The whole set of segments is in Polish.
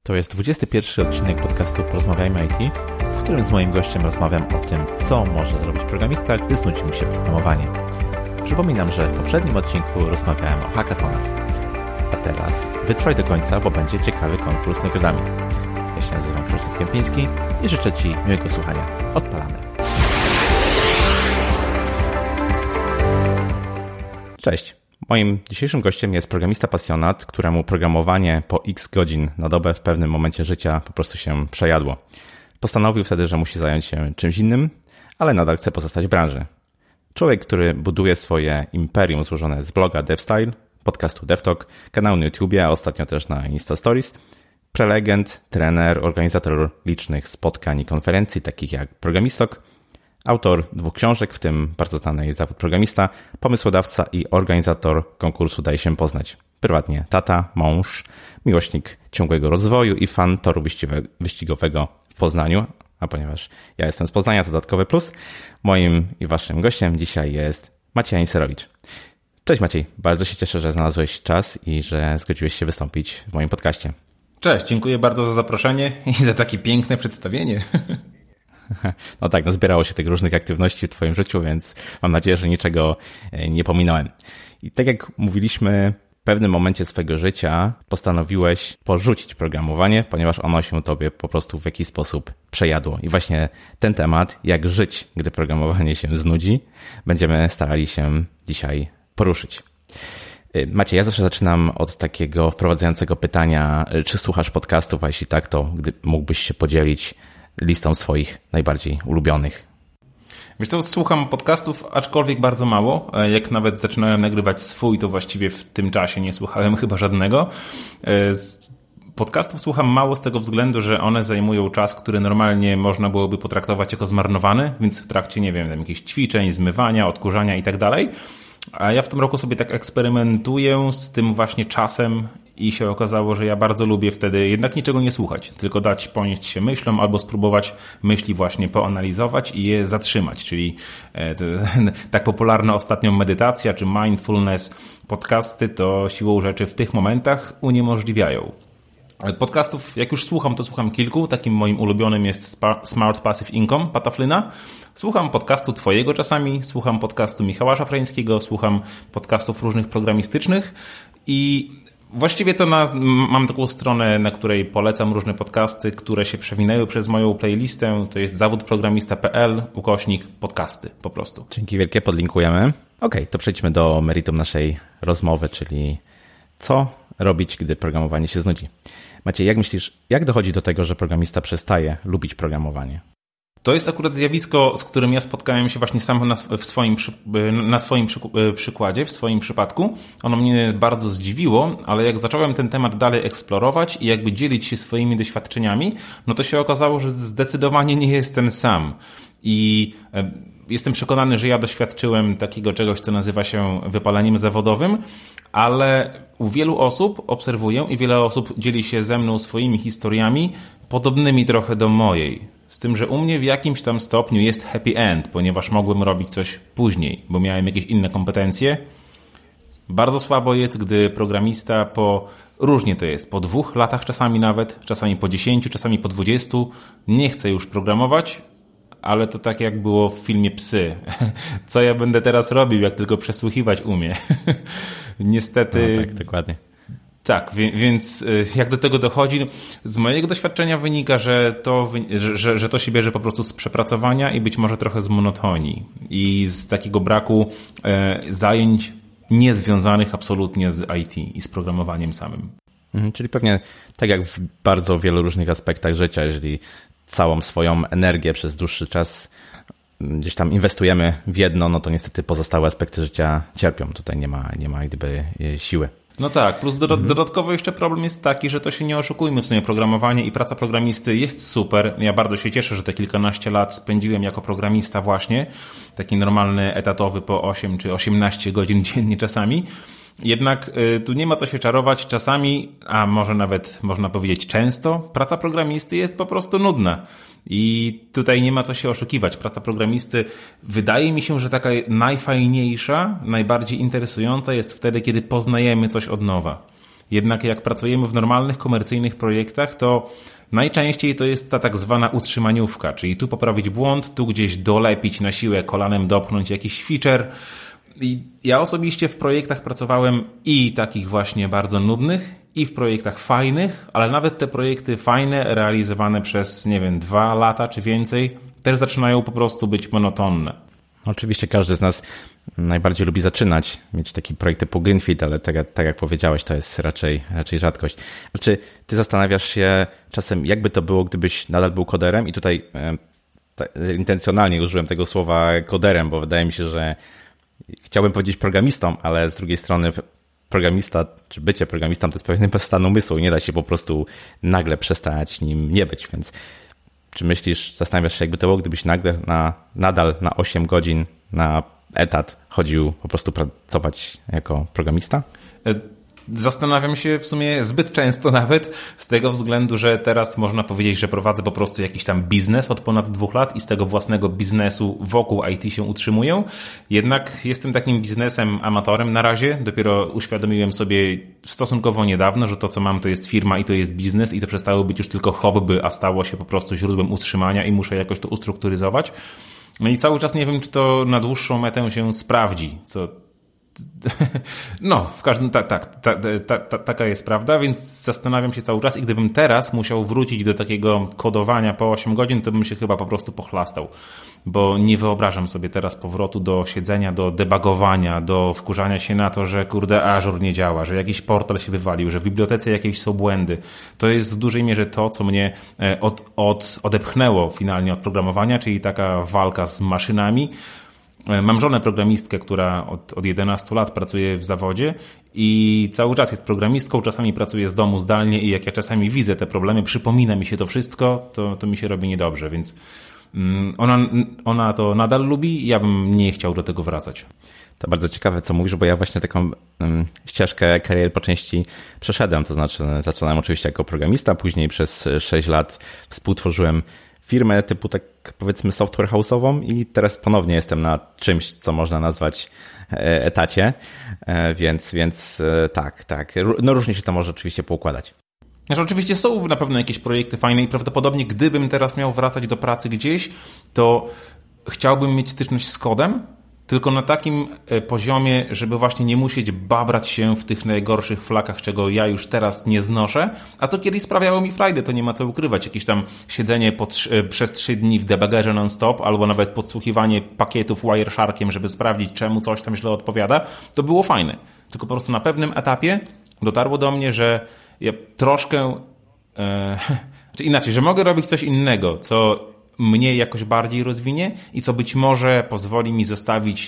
To jest 21 odcinek podcastu Porozmawiajmy IT, w którym z moim gościem rozmawiam o tym, co może zrobić programista, gdy znudzi mu się programowanie. Przypominam, że w poprzednim odcinku rozmawiałem o hackathonach. A teraz wytrwaj do końca, bo będzie ciekawy konkurs z nagrodami. Ja się nazywam Krzysztof Kępiński i życzę Ci miłego słuchania. Odpalamy. Cześć. Moim dzisiejszym gościem jest programista pasjonat, któremu programowanie po x godzin na dobę w pewnym momencie życia po prostu się przejadło. Postanowił wtedy, że musi zająć się czymś innym, ale nadal chce pozostać w branży. Człowiek, który buduje swoje imperium złożone z bloga DevStyle, podcastu DevTalk, kanału na YouTubie, a ostatnio też na Insta Stories, prelegent, trener, organizator licznych spotkań i konferencji takich jak Programistok, autor 2 książek, w tym bardzo znanej Zawód Programista, pomysłodawca i organizator konkursu Daj się poznać. Prywatnie tata, mąż, miłośnik ciągłego rozwoju i fan toru wyścigowego w Poznaniu. A ponieważ ja jestem z Poznania, to dodatkowy plus. Moim i waszym gościem dzisiaj jest Maciej Aniserowicz. Cześć Maciej, bardzo się cieszę, że znalazłeś czas i że zgodziłeś się wystąpić w moim podcaście. Cześć, dziękuję bardzo za zaproszenie i za takie piękne przedstawienie. No tak, zbierało się tych różnych aktywności w twoim życiu, więc mam nadzieję, że niczego nie pominąłem. I tak jak mówiliśmy, w pewnym momencie swojego życia postanowiłeś porzucić programowanie, ponieważ ono się tobie po prostu w jakiś sposób przejadło. I właśnie ten temat, jak żyć, gdy programowanie się znudzi, będziemy starali się dzisiaj poruszyć. Maciej, ja zawsze zaczynam od takiego wprowadzającego pytania, czy słuchasz podcastów, a jeśli tak, to gdy mógłbyś się podzielić listą swoich najbardziej ulubionych. Wiesz co, słucham podcastów, aczkolwiek bardzo mało. Jak nawet zaczynałem nagrywać swój, to właściwie w tym czasie nie słuchałem chyba żadnego. Podcastów słucham mało z tego względu, że one zajmują czas, który normalnie można byłoby potraktować jako zmarnowany, więc w trakcie, nie wiem, jakichś ćwiczeń, zmywania, odkurzania i tak dalej. A ja w tym roku sobie tak eksperymentuję z tym właśnie czasem i się okazało, że ja bardzo lubię wtedy jednak niczego nie słuchać, tylko dać ponieść się myślom albo spróbować myśli właśnie poanalizować i je zatrzymać, czyli tak popularna ostatnio medytacja czy mindfulness, podcasty to siłą rzeczy w tych momentach uniemożliwiają. Podcastów, jak już słucham, to słucham kilku. Takim moim ulubionym jest Smart Passive Income Pata Flyna. Słucham podcastu twojego czasami, słucham podcastu Michała Szafrańskiego, słucham podcastów różnych programistycznych i właściwie to mam taką stronę, na której polecam różne podcasty, które się przewinęły przez moją playlistę. To jest zawodprogramista.pl/podcasty po prostu. Dzięki wielkie, podlinkujemy. Okej, to przejdźmy do meritum naszej rozmowy, czyli co robić, gdy programowanie się znudzi. Maciej, jak myślisz, jak dochodzi do tego, że programista przestaje lubić programowanie? To jest akurat zjawisko, z którym ja spotkałem się właśnie sam na swoim przykładzie, w swoim przypadku. Ono mnie bardzo zdziwiło, ale jak zacząłem ten temat dalej eksplorować i jakby dzielić się swoimi doświadczeniami, no to się okazało, że zdecydowanie nie jestem sam. I jestem przekonany, że ja doświadczyłem takiego czegoś, co nazywa się wypaleniem zawodowym, ale u wielu osób obserwuję i wiele osób dzieli się ze mną swoimi historiami, podobnymi trochę do mojej. Z tym, że u mnie w jakimś tam stopniu jest happy end, ponieważ mogłem robić coś później, bo miałem jakieś inne kompetencje. Bardzo słabo jest, gdy programista różnie to jest, po 2 latach czasami nawet, czasami po 10, czasami po 20, nie chce już programować, ale to tak jak było w filmie Psy. Co ja będę teraz robił, jak tylko przesłuchiwać umie? Niestety... No tak, dokładnie. Tak, więc jak do tego dochodzi, z mojego doświadczenia wynika, że to się bierze po prostu z przepracowania i być może trochę z monotonii i z takiego braku zajęć niezwiązanych absolutnie z IT i z programowaniem samym. Czyli pewnie tak jak w bardzo wielu różnych aspektach życia, jeżeli całą swoją energię przez dłuższy czas gdzieś tam inwestujemy w jedno, no to niestety pozostałe aspekty życia cierpią. Tutaj nie ma gdyby siły. No tak, plus dodatkowo jeszcze problem jest taki, że to się nie oszukujmy, w sumie programowanie i praca programisty jest super. Ja bardzo się cieszę, że te kilkanaście lat spędziłem jako programista właśnie, taki normalny, etatowy po 8 czy 18 godzin dziennie czasami. Jednak tu nie ma co się czarować. Czasami, a może nawet można powiedzieć często, praca programisty jest po prostu nudna. I tutaj nie ma co się oszukiwać. Praca programisty wydaje mi się, że taka najfajniejsza, najbardziej interesująca jest wtedy, kiedy poznajemy coś od nowa. Jednak jak pracujemy w normalnych, komercyjnych projektach, to najczęściej to jest ta tak zwana utrzymaniówka, czyli tu poprawić błąd, tu gdzieś dolepić na siłę, kolanem dopchnąć jakiś feature. I ja osobiście w projektach pracowałem i takich właśnie bardzo nudnych, i w projektach fajnych, ale nawet te projekty fajne, realizowane przez, 2 lata czy więcej, też zaczynają po prostu być monotonne. Oczywiście każdy z nas najbardziej lubi zaczynać, mieć taki projekt typu Greenfield, ale tak jak powiedziałeś, to jest raczej rzadkość. Czy ty zastanawiasz się czasem, jakby to było, gdybyś nadal był koderem? I tutaj intencjonalnie użyłem tego słowa koderem, bo wydaje mi się, że chciałbym powiedzieć programistą, ale z drugiej strony programista, czy bycie programistą to jest pewien stan umysłu i nie da się po prostu nagle przestać nim nie być, więc czy myślisz, zastanawiasz się, jakby to było, gdybyś nadal na 8 godzin na etat chodził po prostu pracować jako programista? Zastanawiam się w sumie zbyt często nawet z tego względu, że teraz można powiedzieć, że prowadzę po prostu jakiś tam biznes od ponad 2 lat i z tego własnego biznesu wokół IT się utrzymuję. Jednak jestem takim biznesem amatorem na razie. Dopiero uświadomiłem sobie stosunkowo niedawno, że to co mam to jest firma i to jest biznes i to przestało być już tylko hobby, a stało się po prostu źródłem utrzymania i muszę jakoś to ustrukturyzować. No i cały czas nie wiem, czy to na dłuższą metę się sprawdzi, no, w każdym taka jest prawda, więc zastanawiam się cały czas i gdybym teraz musiał wrócić do takiego kodowania po 8 godzin, to bym się chyba po prostu pochlastał, bo nie wyobrażam sobie teraz powrotu do siedzenia, do debugowania, do wkurzania się na to, że kurde Azure nie działa, że jakiś portal się wywalił, że w bibliotece jakieś są błędy. To jest w dużej mierze to, co mnie odepchnęło finalnie od programowania, czyli taka walka z maszynami. Mam żonę programistkę, która od 11 lat pracuje w zawodzie i cały czas jest programistką, czasami pracuje z domu zdalnie i jak ja czasami widzę te problemy, przypomina mi się to wszystko, to mi się robi niedobrze, więc ona to nadal lubi i ja bym nie chciał do tego wracać. To bardzo ciekawe, co mówisz, bo ja właśnie taką ścieżkę kariery po części przeszedłem, to znaczy zaczynałem oczywiście jako programista, później przez 6 lat współtworzyłem firmę typu tak powiedzmy software house'ową i teraz ponownie jestem na czymś, co można nazwać etacie, więc tak. No różnie się to może oczywiście poukładać. Znaczy, oczywiście są na pewno jakieś projekty fajne i prawdopodobnie gdybym teraz miał wracać do pracy gdzieś, to chciałbym mieć styczność z kodem, tylko na takim poziomie, żeby właśnie nie musieć babrać się w tych najgorszych flakach, czego ja już teraz nie znoszę, a co kiedyś sprawiało mi frajdę, to nie ma co ukrywać. Jakieś tam siedzenie przez 3 dni w debuggerze non-stop, albo nawet podsłuchiwanie pakietów Wiresharkiem, żeby sprawdzić, czemu coś tam źle odpowiada, to było fajne. Tylko po prostu na pewnym etapie dotarło do mnie, że ja troszkę, znaczy inaczej, że mogę robić coś innego, co mnie jakoś bardziej rozwinie i co być może pozwoli mi zostawić,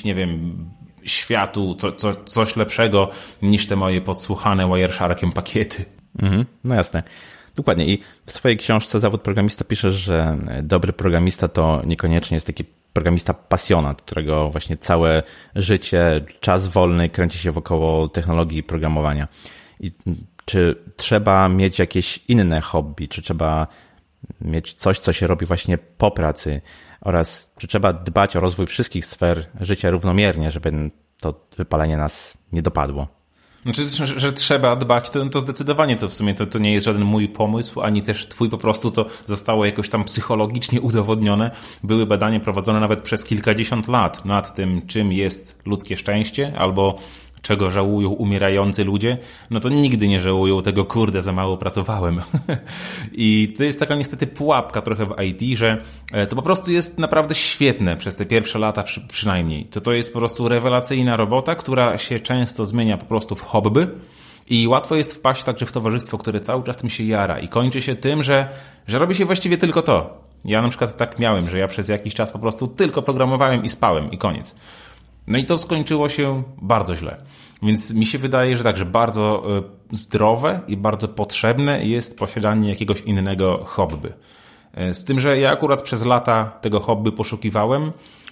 światu coś lepszego niż te moje podsłuchane Wiresharkiem pakiety. No jasne. Dokładnie. I w swojej książce Zawód programista piszesz, że dobry programista to niekoniecznie jest taki programista pasjonat, którego właśnie całe życie, czas wolny kręci się wokoło technologii i programowania. I czy trzeba mieć jakieś inne hobby, czy trzeba mieć coś, co się robi właśnie po pracy oraz czy trzeba dbać o rozwój wszystkich sfer życia równomiernie, żeby to wypalenie nas nie dopadło? Znaczy, że trzeba dbać, to zdecydowanie to w sumie to nie jest żaden mój pomysł, ani też twój, po prostu to zostało jakoś tam psychologicznie udowodnione. Były badania prowadzone nawet przez kilkadziesiąt lat nad tym, czym jest ludzkie szczęście albo czego żałują umierający ludzie, no to nigdy nie żałują tego, kurde, za mało pracowałem. I to jest taka niestety pułapka trochę w IT, że to po prostu jest naprawdę świetne przez te pierwsze lata przynajmniej. To jest po prostu rewelacyjna robota, która się często zmienia po prostu w hobby i łatwo jest wpaść także w towarzystwo, które cały czas tym się jara i kończy się tym, że robi się właściwie tylko to. Ja na przykład tak miałem, że ja przez jakiś czas po prostu tylko programowałem i spałem i koniec. No i to skończyło się bardzo źle. Więc mi się wydaje, że także bardzo zdrowe i bardzo potrzebne jest posiadanie jakiegoś innego hobby. Z tym, że ja akurat przez lata tego hobby poszukiwałem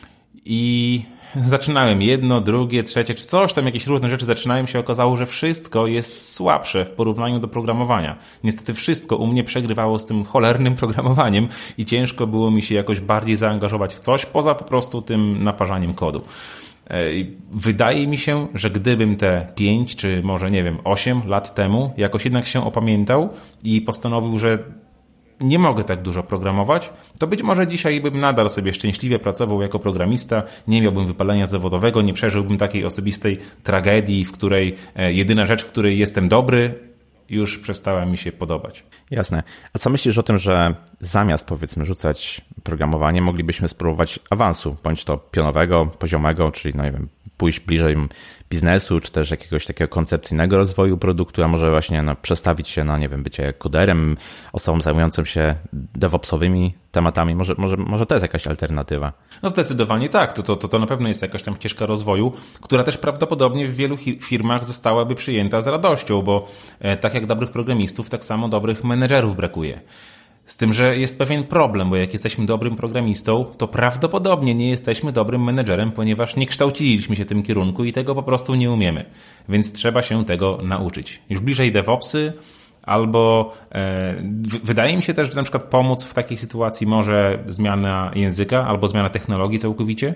i zaczynałem jedno, drugie, trzecie, czy coś tam, jakieś różne rzeczy zaczynają się, okazało, że wszystko jest słabsze w porównaniu do programowania. Niestety wszystko u mnie przegrywało z tym cholernym programowaniem i ciężko było mi się jakoś bardziej zaangażować w coś, poza po prostu tym naparzaniem kodu. Wydaje mi się, że gdybym te 5 czy może 8 lat temu jakoś jednak się opamiętał i postanowił, że nie mogę tak dużo programować, to być może dzisiaj bym nadal sobie szczęśliwie pracował jako programista, nie miałbym wypalenia zawodowego, nie przeżyłbym takiej osobistej tragedii, w której jedyna rzecz, w której jestem dobry, już przestała mi się podobać. Jasne. A co myślisz o tym, że zamiast powiedzmy rzucać programowanie, moglibyśmy spróbować awansu, bądź to pionowego, poziomego, czyli pójść bliżej biznesu, czy też jakiegoś takiego koncepcyjnego rozwoju produktu, a może właśnie przestawić się na, bycie koderem, osobą zajmującą się DevOpsowymi tematami. Może to jest jakaś alternatywa? No zdecydowanie tak. To na pewno jest jakaś tam ścieżka rozwoju, która też prawdopodobnie w wielu firmach zostałaby przyjęta z radością, bo tak jak dobrych programistów, tak samo dobrych menedżerów brakuje. Z tym, że jest pewien problem, bo jak jesteśmy dobrym programistą, to prawdopodobnie nie jesteśmy dobrym menedżerem, ponieważ nie kształciliśmy się w tym kierunku i tego po prostu nie umiemy. Więc trzeba się tego nauczyć. Już bliżej DevOpsy albo wydaje mi się też, że na przykład pomóc w takiej sytuacji może zmiana języka albo zmiana technologii całkowicie.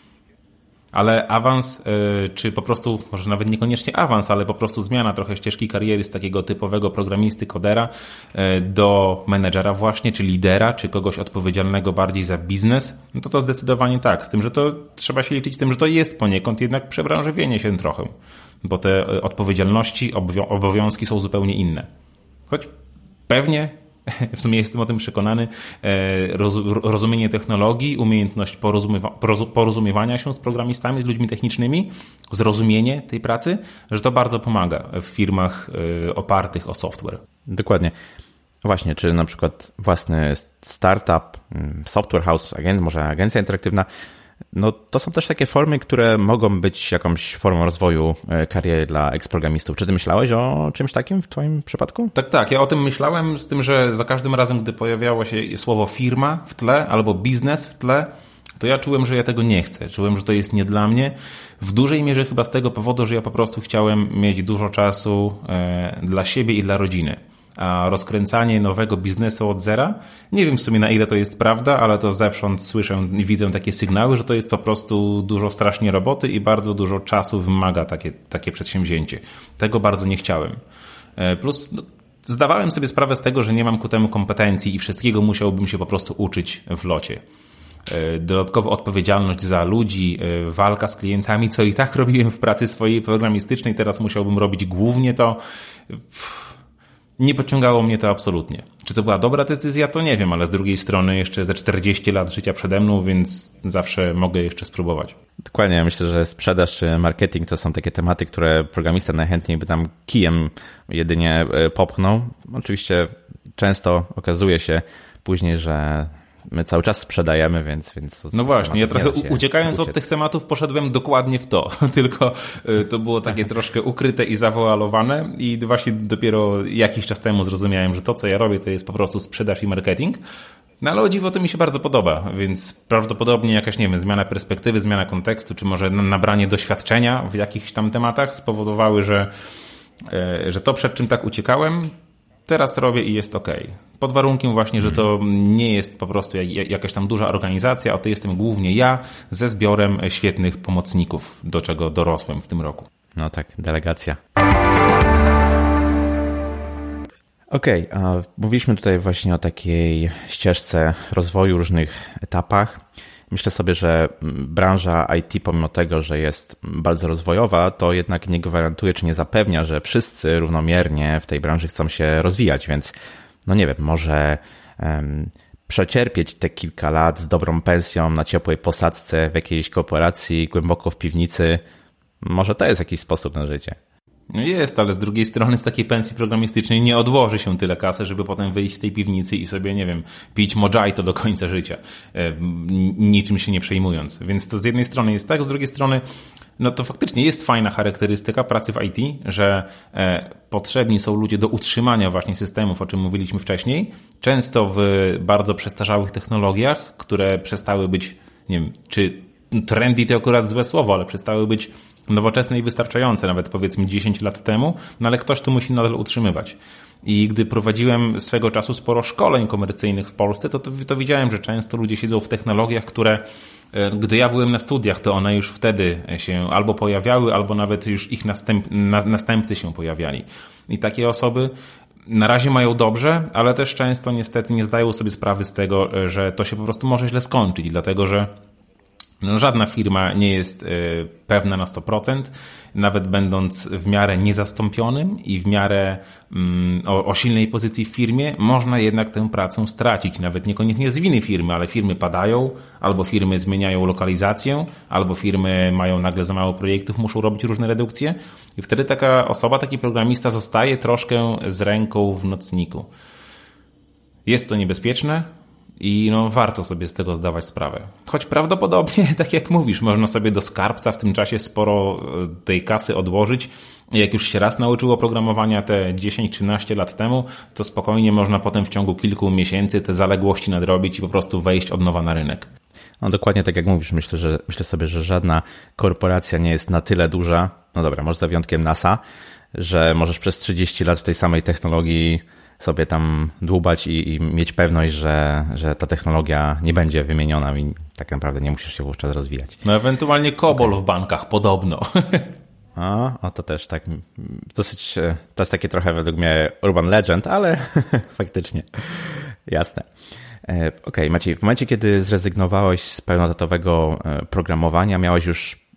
Ale awans, czy po prostu, może nawet niekoniecznie awans, ale po prostu zmiana trochę ścieżki kariery z takiego typowego programisty, kodera do menedżera właśnie, czy lidera, czy kogoś odpowiedzialnego bardziej za biznes, no to zdecydowanie tak. Z tym, że to trzeba się liczyć z tym, że to jest poniekąd jednak przebranżowienie się trochę, bo te odpowiedzialności, obowiązki są zupełnie inne. Choć pewnie, w sumie jestem o tym przekonany, rozumienie technologii, umiejętność porozumiewania się z programistami, z ludźmi technicznymi, zrozumienie tej pracy, że to bardzo pomaga w firmach opartych o software. Dokładnie. Właśnie, czy na przykład własny startup, software house, może agencja interaktywna, no to są też takie formy, które mogą być jakąś formą rozwoju kariery dla eksprogramistów. Czy ty myślałeś o czymś takim w twoim przypadku? Tak. Ja o tym myślałem, z tym, że za każdym razem, gdy pojawiało się słowo firma w tle albo biznes w tle, to ja czułem, że ja tego nie chcę. Czułem, że to jest nie dla mnie. W dużej mierze chyba z tego powodu, że ja po prostu chciałem mieć dużo czasu dla siebie i dla rodziny. A rozkręcanie nowego biznesu od zera, nie wiem w sumie na ile to jest prawda, ale to zewsząd słyszę i widzę takie sygnały, że to jest po prostu dużo strasznie roboty i bardzo dużo czasu wymaga takie przedsięwzięcie. Tego bardzo nie chciałem. Plus zdawałem sobie sprawę z tego, że nie mam ku temu kompetencji i wszystkiego musiałbym się po prostu uczyć w locie. Dodatkowo odpowiedzialność za ludzi, walka z klientami, co i tak robiłem w pracy swojej programistycznej, teraz musiałbym robić głównie to. Nie pociągało mnie to absolutnie. Czy to była dobra decyzja, to nie wiem, ale z drugiej strony jeszcze ze 40 lat życia przede mną, więc zawsze mogę jeszcze spróbować. Dokładnie, ja myślę, że sprzedaż czy marketing to są takie tematy, które programista najchętniej by tam kijem jedynie popchnął. Oczywiście często okazuje się później, że my cały czas sprzedajemy, więc no właśnie, ja trochę uciekając od tych tematów poszedłem dokładnie w to, tylko to było takie troszkę ukryte i zawoalowane i właśnie dopiero jakiś czas temu zrozumiałem, że to, co ja robię, to jest po prostu sprzedaż i marketing. No ale o dziwo to mi się bardzo podoba, więc prawdopodobnie jakaś, zmiana perspektywy, zmiana kontekstu, czy może nabranie doświadczenia w jakichś tam tematach spowodowały, że to, przed czym tak uciekałem, teraz robię i jest okej. Pod warunkiem właśnie, że to nie jest po prostu jakaś tam duża organizacja, a to jestem głównie ja ze zbiorem świetnych pomocników, do czego dorosłem w tym roku. No tak, delegacja. Okej, mówiliśmy tutaj właśnie o takiej ścieżce rozwoju, różnych etapach. Myślę sobie, że branża IT, pomimo tego, że jest bardzo rozwojowa, to jednak nie gwarantuje, czy nie zapewnia, że wszyscy równomiernie w tej branży chcą się rozwijać, więc no nie wiem, może przecierpieć te kilka lat z dobrą pensją na ciepłej posadzce w jakiejś korporacji, głęboko w piwnicy. Może to jest jakiś sposób na życie. Jest, ale z drugiej strony z takiej pensji programistycznej nie odłoży się tyle kasy, żeby potem wyjść z tej piwnicy i sobie, pić mojito do końca życia, niczym się nie przejmując. Więc to z jednej strony jest tak, z drugiej strony no to faktycznie jest fajna charakterystyka pracy w IT, że potrzebni są ludzie do utrzymania właśnie systemów, o czym mówiliśmy wcześniej, często w bardzo przestarzałych technologiach, które przestały być, nie wiem, czy trendy to akurat złe słowo, ale przestały być nowoczesne i wystarczające, nawet powiedzmy 10 lat temu, no ale ktoś to musi nadal utrzymywać. I gdy prowadziłem swego czasu sporo szkoleń komercyjnych w Polsce, to widziałem, że często ludzie siedzą w technologiach, które Gdy ja byłem na studiach, to one już wtedy się albo pojawiały, albo nawet już ich następcy się pojawiali. I takie osoby na razie mają dobrze, ale też często niestety nie zdają sobie sprawy z tego, że to się po prostu może źle skończyć, dlatego że żadna firma nie jest pewna na 100%, nawet będąc w miarę niezastąpionym i w miarę o silnej pozycji w firmie, można jednak tę pracę stracić. Nawet niekoniecznie z winy firmy, ale firmy padają, albo firmy zmieniają lokalizację, albo firmy mają nagle za mało projektów, muszą robić różne redukcje i wtedy taka osoba, taki programista zostaje troszkę z ręką w nocniku. Jest to niebezpieczne, i warto sobie z tego zdawać sprawę. Choć prawdopodobnie, tak jak mówisz, można sobie do skarbca w tym czasie sporo tej kasy odłożyć. Jak już się raz nauczyło programowania te 10-13 lat temu, to spokojnie można potem w ciągu kilku miesięcy te zaległości nadrobić i po prostu wejść od nowa na rynek. No dokładnie tak jak mówisz, myślę sobie, że żadna korporacja nie jest na tyle duża, no dobra, może za wyjątkiem NASA, że możesz przez 30 lat w tej samej technologii sobie tam dłubać i mieć pewność, że ta technologia nie będzie wymieniona i tak naprawdę nie musisz się wówczas rozwijać. No ewentualnie COBOL w bankach, podobno. O, to też tak dosyć, to jest takie trochę według mnie urban legend, ale faktycznie, jasne. Okej, Maciej, w momencie, kiedy zrezygnowałeś z pełnoetatowego programowania, miałeś już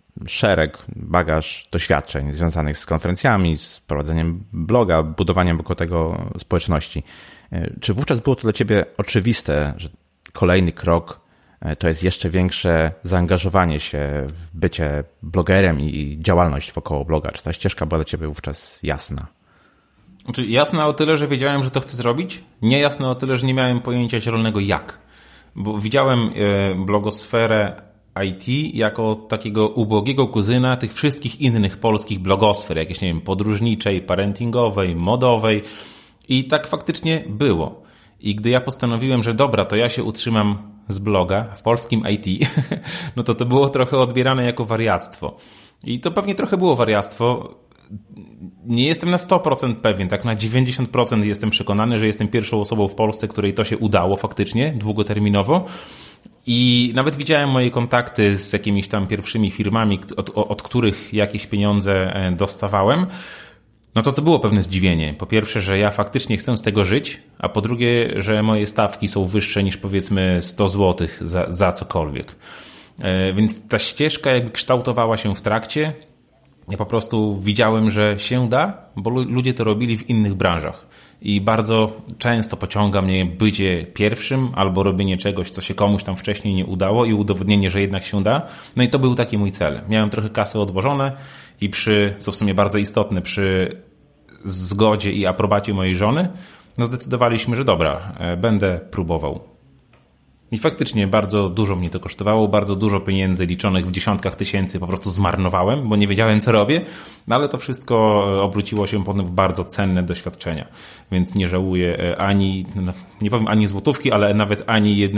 bagaż doświadczeń związanych z konferencjami, z prowadzeniem bloga, budowaniem wokół tego społeczności. Czy wówczas było to dla ciebie oczywiste, że kolejny krok to jest jeszcze większe zaangażowanie się w bycie blogerem i działalność wokoło bloga? Czy ta ścieżka była dla ciebie wówczas jasna? Znaczy jasna o tyle, że wiedziałem, że to chcę zrobić, nie jasna o tyle, że nie miałem pojęcia zielonego jak. Bo widziałem blogosferę IT jako takiego ubogiego kuzyna tych wszystkich innych polskich blogosfer, jakieś, nie wiem, podróżniczej, parentingowej, modowej i tak faktycznie było. I gdy ja postanowiłem, że dobra, to ja się utrzymam z bloga w polskim IT, no to było trochę odbierane jako wariactwo. I to pewnie trochę było wariactwo. Nie jestem na 100% pewien, tak na 90% jestem przekonany, że jestem pierwszą osobą w Polsce, której to się udało faktycznie, długoterminowo. I nawet widziałem moje kontakty z jakimiś tam pierwszymi firmami, od których jakieś pieniądze dostawałem. No to było pewne zdziwienie. Po pierwsze, że ja faktycznie chcę z tego żyć, a po drugie, że moje stawki są wyższe niż powiedzmy 100 zł za cokolwiek. Więc ta ścieżka jakby kształtowała się w trakcie. Ja po prostu widziałem, że się da, bo ludzie to robili w innych branżach. I bardzo często pociąga mnie bycie pierwszym albo robienie czegoś, co się komuś tam wcześniej nie udało i udowodnienie, że jednak się da. No i to był taki mój cel. Miałem trochę kasy odłożone i co w sumie bardzo istotne, przy zgodzie i aprobacie mojej żony, no zdecydowaliśmy, że dobra, będę próbował. I faktycznie bardzo dużo mnie to kosztowało, bardzo dużo pieniędzy liczonych w dziesiątkach tysięcy po prostu zmarnowałem, bo nie wiedziałem, co robię, no ale to wszystko obróciło się potem w bardzo cenne doświadczenia, więc nie żałuję nie powiem ani złotówki, ale nawet ani